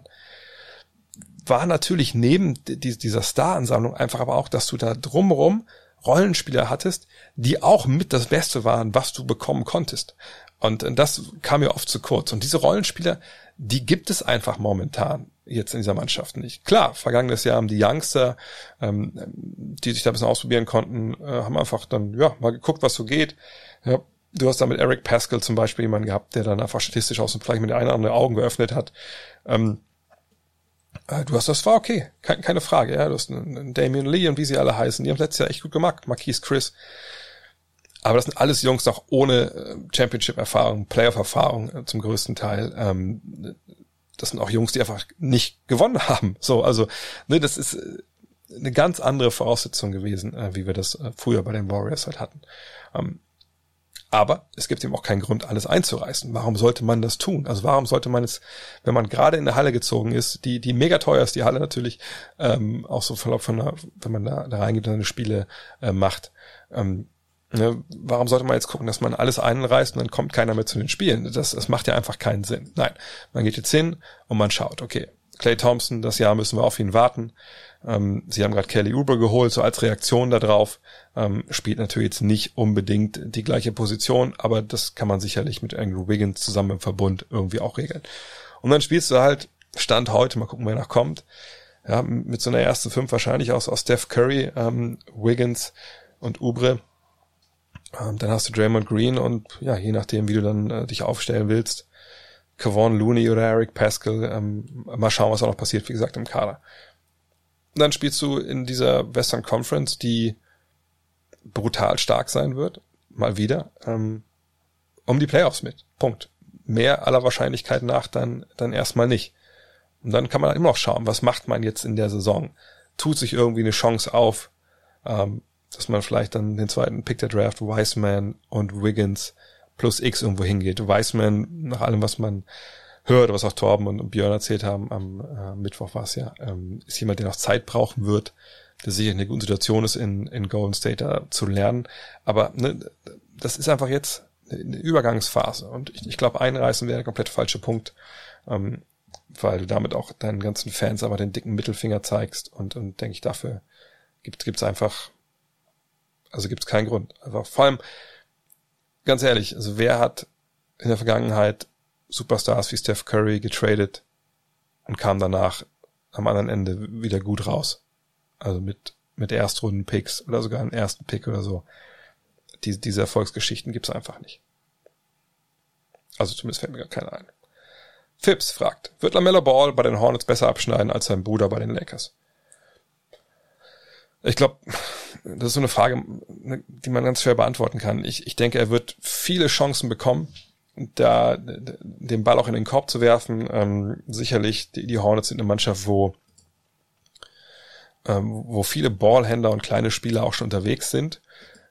war natürlich neben die, dieser Star-Ansammlung einfach aber auch, dass du da drumherum Rollenspieler hattest, die auch mit das Beste waren, was du bekommen konntest. Und das kam mir oft zu kurz. Und diese Rollenspieler, die gibt es einfach momentan jetzt in dieser Mannschaft nicht. Klar, vergangenes Jahr haben die Youngster, ähm, die sich da ein bisschen ausprobieren konnten, äh, haben einfach dann, ja, mal geguckt, was so geht. Ja, du hast da mit Eric Pascal zum Beispiel jemanden gehabt, der dann einfach statistisch aus dem vielleicht mit den einen oder anderen Augen geöffnet hat. Ähm, äh, du hast, das war okay, keine, keine Frage. Ja, du hast einen, einen Damian Lee und wie sie alle heißen, die haben letztes Jahr echt gut gemacht, Marquise Chris. Aber das sind alles Jungs noch ohne Championship-Erfahrung, Playoff-Erfahrung äh, zum größten Teil. Ähm, das sind auch Jungs, die einfach nicht gewonnen haben. So, also, ne, das ist eine ganz andere Voraussetzung gewesen, äh, wie wir das äh, früher bei den Warriors halt hatten. Ähm, aber es gibt eben auch keinen Grund, alles einzureißen. Warum sollte man das tun? Also warum sollte man es, wenn man gerade in der Halle gezogen ist, die die mega teuer ist, die Halle natürlich, ähm, auch so von, von der, wenn man da, da reingeht und eine Spiele äh, macht, ähm, ne, warum sollte man jetzt gucken, dass man alles einreißt und dann kommt keiner mehr zu den Spielen? Das, das macht ja einfach keinen Sinn. Nein, man geht jetzt hin und man schaut, okay, Klay Thompson, das Jahr müssen wir auf ihn warten. Ähm, sie haben gerade Kelly Oubre geholt, so als Reaktion darauf. Ähm, spielt natürlich jetzt nicht unbedingt die gleiche Position, aber das kann man sicherlich mit Andrew Wiggins zusammen im Verbund irgendwie auch regeln. Und dann spielst du halt, Stand heute, mal gucken, wer noch kommt, ja, mit so einer ersten Fünf wahrscheinlich aus, aus Steph Curry, ähm, Wiggins und Oubre. Ähm, dann hast du Draymond Green und ja, je nachdem, wie du dann äh, dich aufstellen willst, Kevon Looney oder Eric Pascal, ähm, mal schauen, was auch noch passiert, wie gesagt, im Kader. Und dann spielst du in dieser Western Conference, die brutal stark sein wird, mal wieder, ähm, um die Playoffs mit. Punkt. Mehr aller Wahrscheinlichkeit nach dann, dann erstmal nicht. Und dann kann man immer noch schauen, was macht man jetzt in der Saison? Tut sich irgendwie eine Chance auf, ähm, dass man vielleicht dann den zweiten Pick der Draft, Wiseman und Wiggins plus X irgendwo hingeht. Wiseman, nach allem, was man hört, was auch Torben und Björn erzählt haben, am äh, Mittwoch war es ja, ähm, ist jemand, der noch Zeit brauchen wird, der sicher in einer guten Situation ist, in, in Golden State da zu lernen. Aber ne, das ist einfach jetzt eine Übergangsphase. Und ich, ich glaube, einreißen wäre der komplett falsche Punkt, ähm, weil du damit auch deinen ganzen Fans aber den dicken Mittelfinger zeigst. Und, und denke ich, dafür gibt es einfach, also gibt es keinen Grund. Einfach, vor allem, ganz ehrlich, also wer hat in der Vergangenheit Superstars wie Steph Curry getradet und kam danach am anderen Ende wieder gut raus? Also mit mit Erstrunden-Picks oder sogar einen ersten Pick oder so. Die, diese Erfolgsgeschichten gibt's einfach nicht. Also zumindest fällt mir gar keiner ein. Phipps fragt, wird LaMelo Ball bei den Hornets besser abschneiden als sein Bruder bei den Lakers? Ich glaube, das ist so eine Frage, die man ganz schwer beantworten kann. Ich, ich denke, er wird viele Chancen bekommen, da den Ball auch in den Korb zu werfen. Ähm, sicherlich, die, die Hornets sind eine Mannschaft, wo ähm, wo viele Ballhändler und kleine Spieler auch schon unterwegs sind.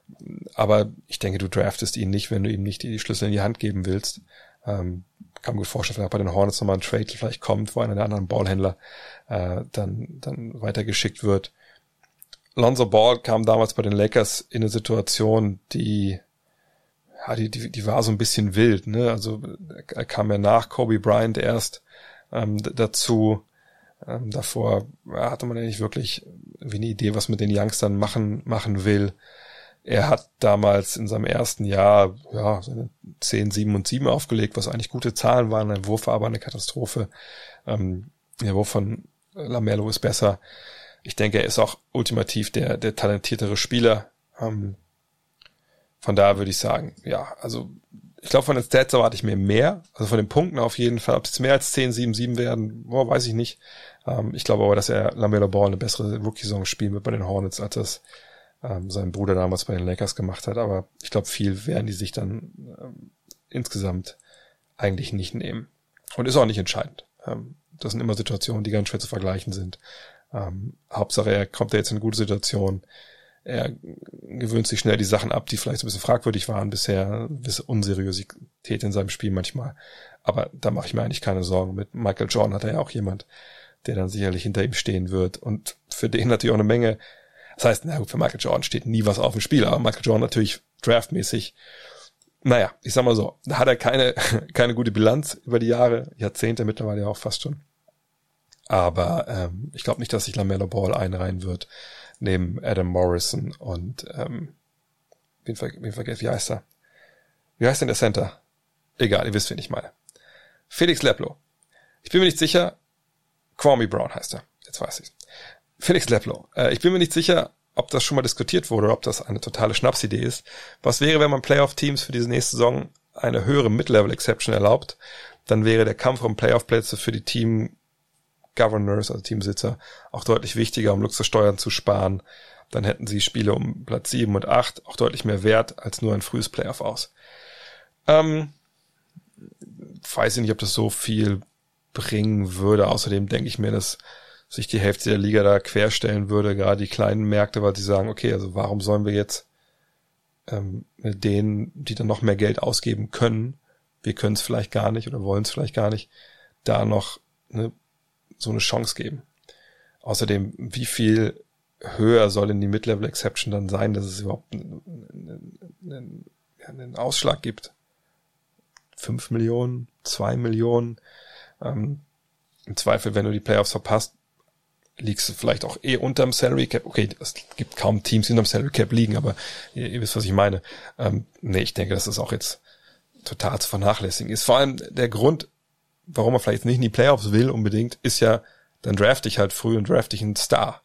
Aber ich denke, du draftest ihn nicht, wenn du ihm nicht die, die Schlüssel in die Hand geben willst. Ähm, kann mir gut vorstellen, vielleicht bei den Hornets nochmal ein Trade vielleicht kommt, wo einer der anderen Ballhändler äh, dann dann weitergeschickt wird. Lonzo Ball kam damals bei den Lakers in eine Situation, die ja, die, die, die war so ein bisschen wild, ne? Also er kam ja nach Kobe Bryant erst ähm, d- dazu. Ähm, davor ja, hatte man ja nicht wirklich wie eine Idee, was mit den Youngstern machen machen will. Er hat damals in seinem ersten Jahr ja seine zehn, sieben und sieben aufgelegt, was eigentlich gute Zahlen waren. Ein Wurf war aber eine Katastrophe. Ähm, der Wurf von LaMelo ist besser. Ich denke, er ist auch ultimativ der der talentiertere Spieler. Ähm, Von daher würde ich sagen, ja, also ich glaube, von den Stats erwarte ich mir mehr, also von den Punkten auf jeden Fall. Ob es mehr als zehn, sieben, sieben werden, boah, weiß ich nicht. Ähm, ich glaube aber, dass er LaMelo Ball eine bessere Rookie-Saison spielen wird bei den Hornets, als das ähm, sein Bruder damals bei den Lakers gemacht hat. Aber ich glaube, viel werden die sich dann ähm, insgesamt eigentlich nicht nehmen. Und ist auch nicht entscheidend. Ähm, das sind immer Situationen, die ganz schwer zu vergleichen sind. Ähm, Hauptsache, er kommt ja jetzt in eine gute Situation. Er gewöhnt sich schnell die Sachen ab, die vielleicht so ein bisschen fragwürdig waren bisher, ein bisschen Unseriosität in seinem Spiel manchmal. Aber da mache ich mir eigentlich keine Sorgen. Mit Michael Jordan hat er ja auch jemand, der dann sicherlich hinter ihm stehen wird. Und für den natürlich auch eine Menge. Das heißt, na gut, für Michael Jordan steht nie was auf dem Spiel, aber Michael Jordan natürlich draftmäßig. Naja, ich sag mal so, da hat er keine, keine gute Bilanz über die Jahre, Jahrzehnte mittlerweile ja auch fast schon. Aber ähm, ich glaube nicht, dass sich LaMelo Ball einreihen wird neben Adam Morrison und ähm, wen, ver- wen vergesst, wie heißt er? Wie heißt denn der Center? Egal, ihr wisst, wen ich meine. Felix Leplo. Ich bin mir nicht sicher, Kwame Brown heißt er. Jetzt weiß ich's. Felix Leplo. Äh, ich bin mir nicht sicher, ob das schon mal diskutiert wurde oder ob das eine totale Schnapsidee ist. Was wäre, wenn man Playoff-Teams für diese nächste Saison eine höhere Mid-Level-Exception erlaubt? Dann wäre der Kampf um Playoff-Plätze für die Team Governors, also Teambesitzer, auch deutlich wichtiger, um Luxussteuern zu sparen. Dann hätten sie Spiele um Platz sieben und acht auch deutlich mehr wert als nur ein frühes Playoff aus. Ähm, weiß ich nicht, ob das so viel bringen würde. Außerdem denke ich mir, dass sich die Hälfte der Liga da querstellen würde, gerade die kleinen Märkte, weil sie sagen, okay, also warum sollen wir jetzt ähm, mit denen, die dann noch mehr Geld ausgeben können, wir können es vielleicht gar nicht oder wollen es vielleicht gar nicht, da noch eine so eine Chance geben. Außerdem, wie viel höher soll denn die Mid-Level-Exception dann sein, dass es überhaupt einen, einen, einen Ausschlag gibt? Fünf Millionen, zwei Millionen. Ähm, im Zweifel, wenn du die Playoffs verpasst, liegst du vielleicht auch eh unterm Salary Cap. Okay, es gibt kaum Teams, die unterm Salary Cap liegen, aber ihr, ihr wisst, was ich meine. Ähm, nee, ich denke, dass das auch jetzt total zu vernachlässigen ist. Vor allem der Grund, warum er vielleicht nicht in die Playoffs will unbedingt, ist ja, dann draft ich halt früh und draft ich einen Star.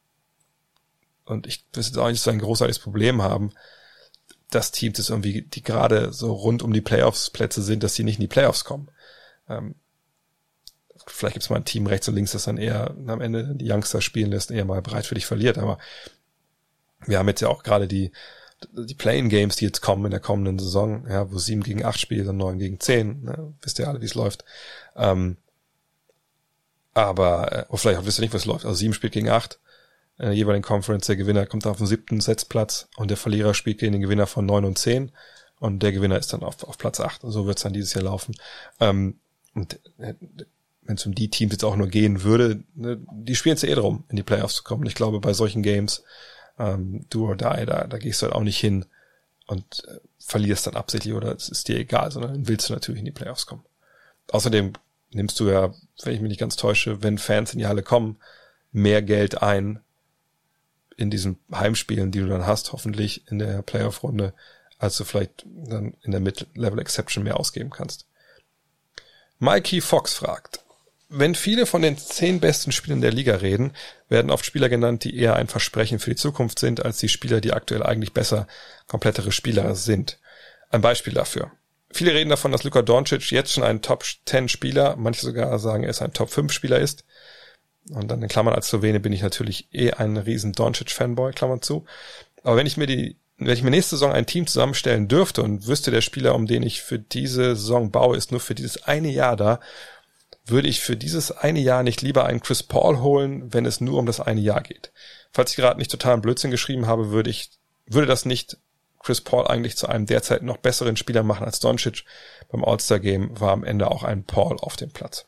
Und ich will jetzt auch nicht so ein großartiges Problem haben, dass Teams jetzt irgendwie, die gerade so rund um die Playoffs-Plätze sind, dass die nicht in die Playoffs kommen. Ähm, vielleicht gibt es mal ein Team rechts und links, das dann eher am Ende die Youngster spielen lässt, eher mal bereitwillig verliert, aber Wir haben jetzt ja auch gerade die die Play-in-Games, die jetzt kommen in der kommenden Saison, ja, wo sieben gegen acht spielt und neun gegen zehn, ne? Wisst ihr alle, wie es läuft. Ähm, aber, äh, oder vielleicht auch wisst ihr nicht, wie es läuft. Also sieben spielt gegen acht, in der jeweiligen Conference, der Gewinner kommt auf den siebten Setzplatz und der Verlierer spielt gegen den Gewinner von neun und zehn und der Gewinner ist dann auf, auf Platz acht. Und so wird es dann dieses Jahr laufen. Ähm, und äh, wenn es um die Teams jetzt auch nur gehen würde, ne, die spielen es ja eh drum, in die Playoffs zu kommen. Und ich glaube, bei solchen Games, ähm, do or die, da, da gehst du halt auch nicht hin und äh, verlierst dann absichtlich oder es ist dir egal, sondern dann willst du natürlich in die Playoffs kommen. Außerdem nimmst du ja, wenn ich mich nicht ganz täusche, wenn Fans in die Halle kommen, mehr Geld ein in diesen Heimspielen, die du dann hast, hoffentlich in der Playoff-Runde, als du vielleicht dann in der Mid-Level-Exception mehr ausgeben kannst. Mikey Fox fragt, wenn viele von den zehn besten Spielern der Liga reden, werden oft Spieler genannt, die eher ein Versprechen für die Zukunft sind, als die Spieler, die aktuell eigentlich besser, komplettere Spieler sind. Ein Beispiel dafür. Viele reden davon, dass Luka Doncic jetzt schon ein Top zehn Spieler, manche sogar sagen, er ist ein Top fünf Spieler ist. Und dann in Klammern als Slowene bin ich natürlich eh ein riesen Doncic-Fanboy, Klammern zu. Aber wenn ich mir die, wenn ich mir nächste Saison ein Team zusammenstellen dürfte und wüsste, der Spieler, um den ich für diese Saison baue, ist nur für dieses eine Jahr da, würde ich für dieses eine Jahr nicht lieber einen Chris Paul holen, wenn es nur um das eine Jahr geht. Falls ich gerade nicht totalen Blödsinn geschrieben habe, würde ich, würde das nicht Chris Paul eigentlich zu einem derzeit noch besseren Spieler machen als Doncic. Beim All-Star-Game war am Ende auch ein Paul auf dem Platz.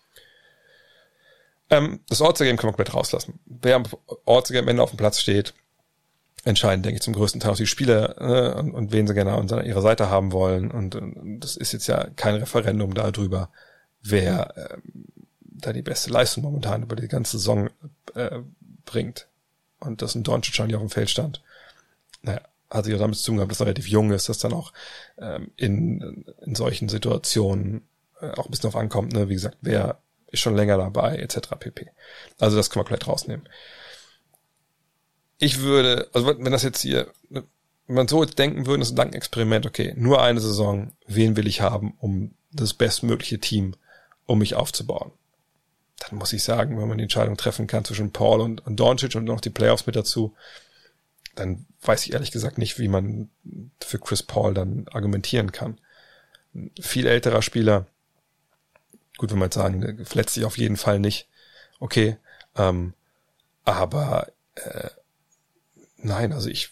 Ähm, das All-Star-Game kann man komplett rauslassen. Wer am All-Star-Game am Ende auf dem Platz steht, entscheiden, denke ich, zum größten Teil auch die Spieler äh, und, und wen sie gerne an ihrer Seite haben wollen. Und, und das ist jetzt ja kein Referendum darüber, wer äh, da die beste Leistung momentan über die ganze Saison äh, bringt. Und dass ein Doncic schon nicht auf dem Feld stand. Naja, hat sich auch damit zu tun gehabt, dass er relativ jung ist, dass dann auch ähm, in, in solchen Situationen äh, auch ein bisschen drauf ankommt, ne? Wie gesagt, wer ist schon länger dabei, et cetera pp. Also das kann man komplett rausnehmen. Ich würde, also wenn das jetzt hier, wenn man so jetzt denken würde, das ist ein Experiment, okay, nur eine Saison, wen will ich haben, um das bestmögliche Team, um mich aufzubauen? Dann muss ich sagen, wenn man die Entscheidung treffen kann zwischen Paul und, und Doncic und noch die Playoffs mit dazu, dann weiß ich ehrlich gesagt nicht, wie man für Chris Paul dann argumentieren kann. Ein viel älterer Spieler, gut, wenn man jetzt sagen, der verletzt sich auf jeden Fall nicht, okay, ähm, aber äh, nein, also ich,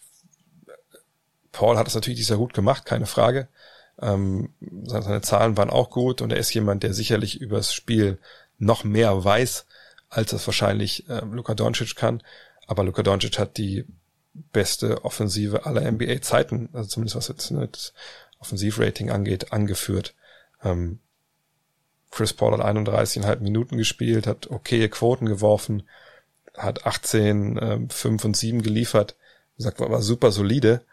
Paul hat das natürlich sehr gut gemacht, keine Frage. Ähm, seine, seine Zahlen waren auch gut und er ist jemand, der sicherlich über das Spiel noch mehr weiß, als das wahrscheinlich äh, Luka Doncic kann. Aber Luka Doncic hat die beste Offensive aller N B A-Zeiten, also zumindest was jetzt ne, das Offensivrating angeht, angeführt. Ähm, Chris Paul hat einunddreißig Komma fünf Minuten gespielt, hat okaye Quoten geworfen, hat achtzehn, ähm, fünf und sieben geliefert. Wie gesagt, war, war super solide.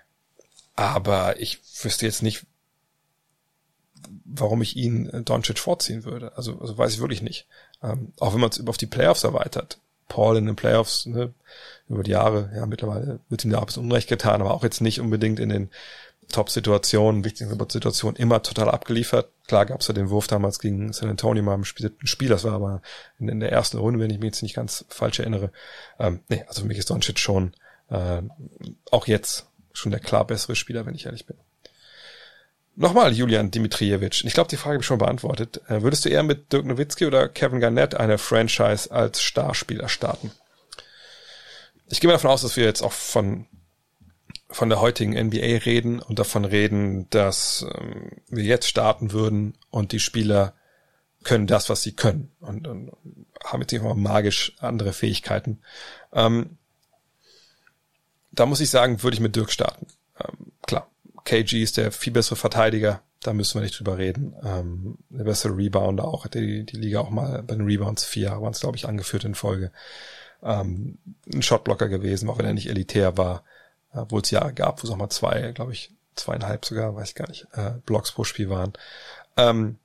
Aber ich wüsste jetzt nicht, warum ich ihn äh, Doncic vorziehen würde. Also, also weiß ich wirklich nicht. Ähm, auch wenn man es auf die Playoffs erweitert. Paul in den Playoffs, ne, über die Jahre, ja, mittlerweile wird ihm da auch ein bisschen Unrecht getan, aber auch jetzt nicht unbedingt in den Top-Situationen, wichtigen Situationen immer total abgeliefert. Klar gab es ja den Wurf damals gegen San Antonio mal im Spiel, Spiel das war aber in, in der ersten Runde, wenn ich mich jetzt nicht ganz falsch erinnere. Ähm, nee, also für mich ist Doncic schon äh, auch jetzt schon der klar bessere Spieler, wenn ich ehrlich bin. Nochmal Julian Dimitrijevic. Ich glaube, die Frage habe ich schon beantwortet. Äh, würdest du eher mit Dirk Nowitzki oder Kevin Garnett eine Franchise als Starspieler starten? Ich gehe mal davon aus, dass wir jetzt auch von von der heutigen N B A reden und davon reden, dass ähm, wir jetzt starten würden und die Spieler können das, was sie können und, und haben jetzt nicht mal magisch andere Fähigkeiten. Ähm, da muss ich sagen, würde ich mit Dirk starten. Ähm, klar, K G ist der viel bessere Verteidiger, da müssen wir nicht drüber reden. Ähm, der bessere Rebounder auch, hat die, die Liga auch mal bei den Rebounds vier waren es, glaube ich, angeführt in Folge. Ähm, ein Shotblocker gewesen, auch wenn er nicht elitär war. Obwohl es Jahre gab, wo es auch mal zwei, glaube ich, zweieinhalb sogar, weiß ich gar nicht, äh, Blocks pro Spiel waren. Ähm,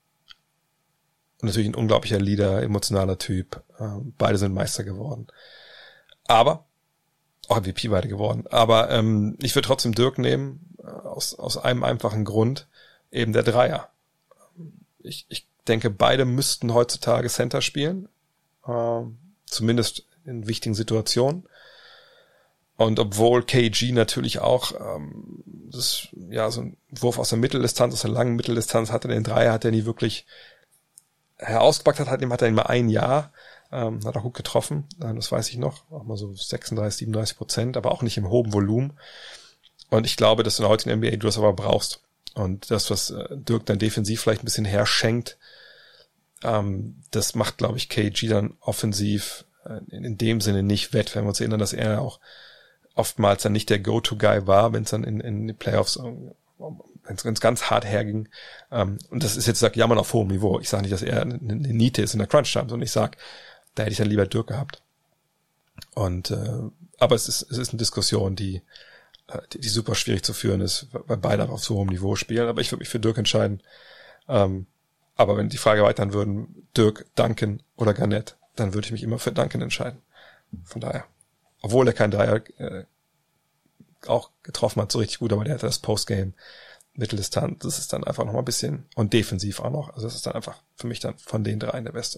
und natürlich ein unglaublicher Leader, emotionaler Typ. Ähm, beide sind Meister geworden. Aber, auch M V P beide geworden. Aber ähm, ich würde trotzdem Dirk nehmen, äh, aus aus einem einfachen Grund, eben der Dreier. Ich, ich denke, beide müssten heutzutage Center spielen, äh, zumindest in wichtigen Situationen. Und obwohl K G natürlich auch ähm, das ja so ein Wurf aus der Mitteldistanz, aus der langen Mitteldistanz hatte, den Dreier hat er nie wirklich herausgepackt, hat, hat ihm hat er ihn mal ein Jahr, ähm, hat er gut getroffen, das weiß ich noch, auch mal so sechsunddreißig, siebenunddreißig Prozent, aber auch nicht im hohen Volumen. Und ich glaube, dass in der heutigen N B A du das aber brauchst. Und das, was Dirk dann defensiv vielleicht ein bisschen herschenkt, ähm, das macht, glaube ich, K G dann offensiv äh, in, in dem Sinne nicht wett, wenn wir uns erinnern, dass er auch oftmals dann nicht der Go-To-Guy war, wenn es dann in, in die Playoffs, wenn es ganz hart herging. Ähm, und das ist jetzt, sag jammern auf hohem Niveau. Ich sage nicht, dass er eine, eine Niete ist in der Crunch-Time, sondern ich sage, da hätte ich dann lieber Dirk gehabt. Und äh, aber es ist es ist eine Diskussion, die, die die super schwierig zu führen ist, weil beide auf so hohem Niveau spielen. Aber ich würde mich für Dirk entscheiden. Ähm, aber wenn die Frage erweitern würden, Dirk, Duncan oder Garnett, dann würde ich mich immer für Duncan entscheiden. Von daher. Obwohl er kein Dreier äh, auch getroffen hat, so richtig gut, aber der hatte das Postgame, Mitteldistanz, das ist dann einfach noch mal ein bisschen, und defensiv auch noch, also das ist dann einfach für mich dann von den dreien der Beste.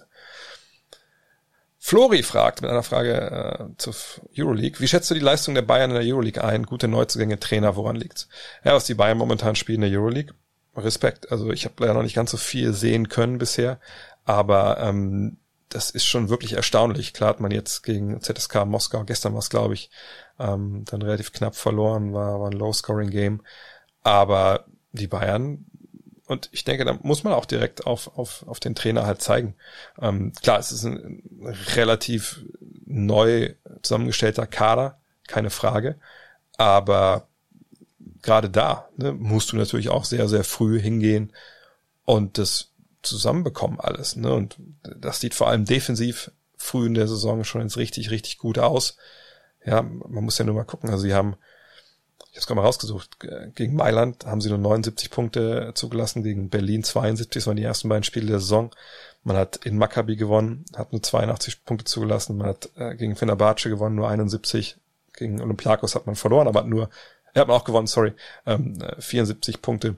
Flori fragt mit einer Frage äh, zur Euroleague, wie schätzt du die Leistung der Bayern in der Euroleague ein? Gute Neuzugänge, Trainer, woran liegt's? Ja, was die Bayern momentan spielen in der Euroleague, Respekt, also ich habe leider noch nicht ganz so viel sehen können bisher, aber ähm, das ist schon wirklich erstaunlich. Klar hat man jetzt gegen Z S K Moskau, gestern war es, glaube ich, ähm, dann relativ knapp verloren, war, war ein Low-Scoring-Game. Aber die Bayern, und ich denke, da muss man auch direkt auf auf auf den Trainer halt zeigen. Ähm, klar, es ist ein relativ neu zusammengestellter Kader, keine Frage. Aber gerade da ne, musst du natürlich auch sehr, sehr früh hingehen und das zusammenbekommen alles, ne? Und das sieht vor allem defensiv früh in der Saison schon jetzt richtig, richtig gut aus. Ja, man muss ja nur mal gucken. Also sie haben, ich habe es gerade mal rausgesucht, gegen Mailand haben sie nur neunundsiebzig Punkte zugelassen, gegen Berlin zweiundsiebzig, das waren die ersten beiden Spiele der Saison. Man hat in Maccabi gewonnen, hat nur zweiundachtzig Punkte zugelassen. Man hat äh, gegen Fenerbahce gewonnen, nur einundsiebzig. Gegen Olympiakos hat man verloren, aber hat nur, er hat man auch gewonnen, sorry, ähm, vierundsiebzig Punkte.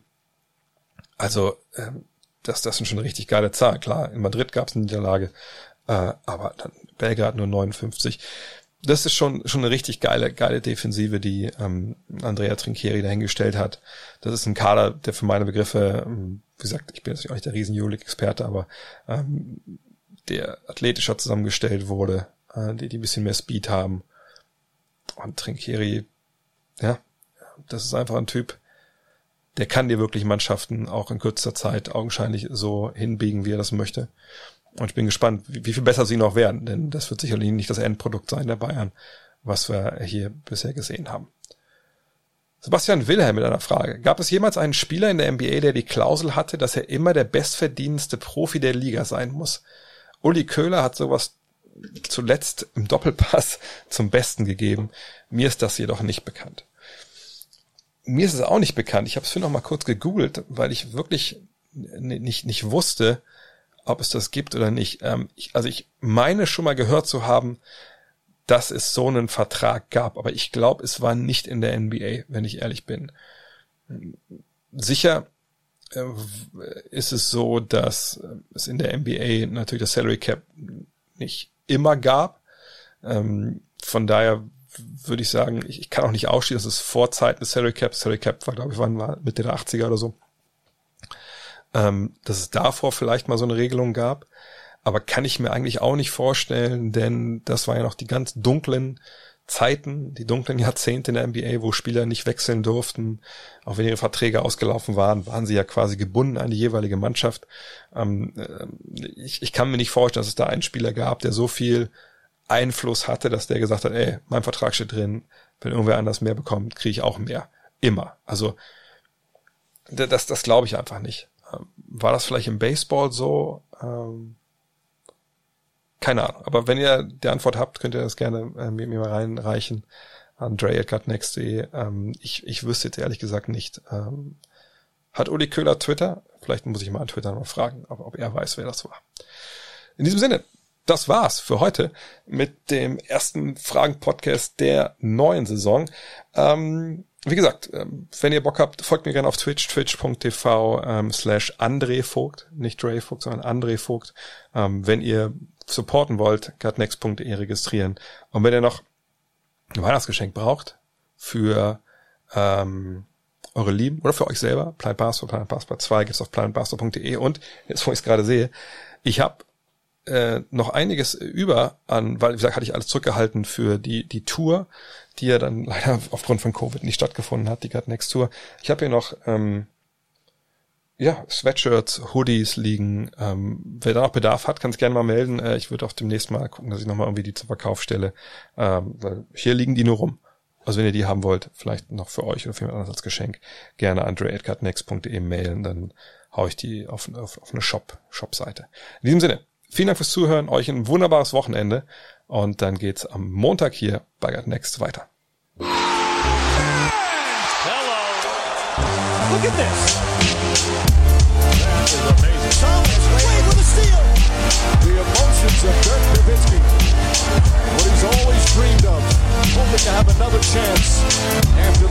Also, ähm, Das, das sind schon eine richtig geile Zahl. Klar, in Madrid gab es eine Niederlage, äh, aber dann Belgrad nur neunundfünfzig. Das ist schon schon eine richtig geile geile Defensive, die ähm, Andrea Trinchieri dahingestellt hat. Das ist ein Kader, der für meine Begriffe, ähm, wie gesagt, ich bin natürlich auch nicht der riesen Euroleague-Experte, aber ähm, der athletischer zusammengestellt wurde, äh, die die ein bisschen mehr Speed haben. Und Trinchieri, ja, das ist einfach ein Typ, der kann dir wirklich Mannschaften auch in kürzester Zeit augenscheinlich so hinbiegen, wie er das möchte. Und ich bin gespannt, wie, wie viel besser sie noch werden, denn das wird sicherlich nicht das Endprodukt sein der Bayern, was wir hier bisher gesehen haben. Sebastian Wilhelm mit einer Frage. Gab es jemals einen Spieler in der N B A, der die Klausel hatte, dass er immer der bestverdienendste Profi der Liga sein muss? Uli Köhler hat sowas zuletzt im Doppelpass zum Besten gegeben. Mir ist das jedoch nicht bekannt. Mir ist es auch nicht bekannt. Ich habe es für noch mal kurz gegoogelt, weil ich wirklich nicht nicht wusste, ob es das gibt oder nicht. Ähm, ich, also ich meine schon mal gehört zu haben, dass es so einen Vertrag gab, aber ich glaube, es war nicht in der N B A, wenn ich ehrlich bin. Sicher äh, ist es so, dass es in der N B A natürlich das Salary Cap nicht immer gab. Ähm, von daher würde ich sagen, ich, ich kann auch nicht ausschließen, dass es vor Zeiten des Salary Cap, Salary Cap war, glaube ich, wann war Mitte der achtziger oder so, ähm, dass es davor vielleicht mal so eine Regelung gab, aber kann ich mir eigentlich auch nicht vorstellen, denn das war ja noch die ganz dunklen Zeiten, die dunklen Jahrzehnte in der N B A, wo Spieler nicht wechseln durften, auch wenn ihre Verträge ausgelaufen waren, waren sie ja quasi gebunden an die jeweilige Mannschaft. Ähm, ich, ich kann mir nicht vorstellen, dass es da einen Spieler gab, der so viel Einfluss hatte, dass der gesagt hat, ey, mein Vertrag steht drin, wenn irgendwer anders mehr bekommt, kriege ich auch mehr. Immer. Also das, das glaube ich einfach nicht. War das vielleicht im Baseball so? Ähm, keine Ahnung. Aber wenn ihr die Antwort habt, könnt ihr das gerne äh, mir, mir mal reinreichen an dre at gutnext punkt de. Ähm, ich, ich wüsste jetzt ehrlich gesagt nicht. Ähm, hat Uli Köhler Twitter? Vielleicht muss ich mal an Twitter noch fragen, ob, ob er weiß, wer das war. In diesem Sinne, das war's für heute mit dem ersten Fragen-Podcast der neuen Saison. Ähm, wie gesagt, ähm, wenn ihr Bock habt, folgt mir gerne auf Twitch, twitch punkt t v ähm, slash André Vogt, nicht Dre Vogt, sondern André Vogt. Ähm, wenn ihr supporten wollt, gutnext punkt de registrieren. Und wenn ihr noch ein Weihnachtsgeschenk braucht für ähm, eure Lieben oder für euch selber, Planet Basketball, Planet Basketball zwei gibt's auf planet basketball punkt de und jetzt, wo ich es gerade sehe, ich habe äh, noch einiges über an, weil, wie gesagt, hatte ich alles zurückgehalten für die die Tour, die ja dann leider aufgrund von Covid nicht stattgefunden hat, die Gut Next Tour. Ich habe hier noch ähm, ja, Sweatshirts, Hoodies liegen. Ähm, wer da noch Bedarf hat, kann es gerne mal melden. Äh, ich würde auch demnächst mal gucken, dass ich nochmal irgendwie die zum Verkauf stelle. Ähm, weil hier liegen die nur rum. Also wenn ihr die haben wollt, vielleicht noch für euch oder für jemand anderes als Geschenk, gerne an andre at gut next punkt de mailen, dann hau ich die auf, auf, auf eine Shop, Shop-Seite. In diesem Sinne, vielen Dank fürs Zuhören, euch ein wunderbares Wochenende und dann geht's am Montag hier bei Gut Next weiter. Hello. Look at this. That is amazing. Thomas Wade with a steal. The emotions of Dirk Nowitzki. What he's always dreamed of. Hoping to have another chance after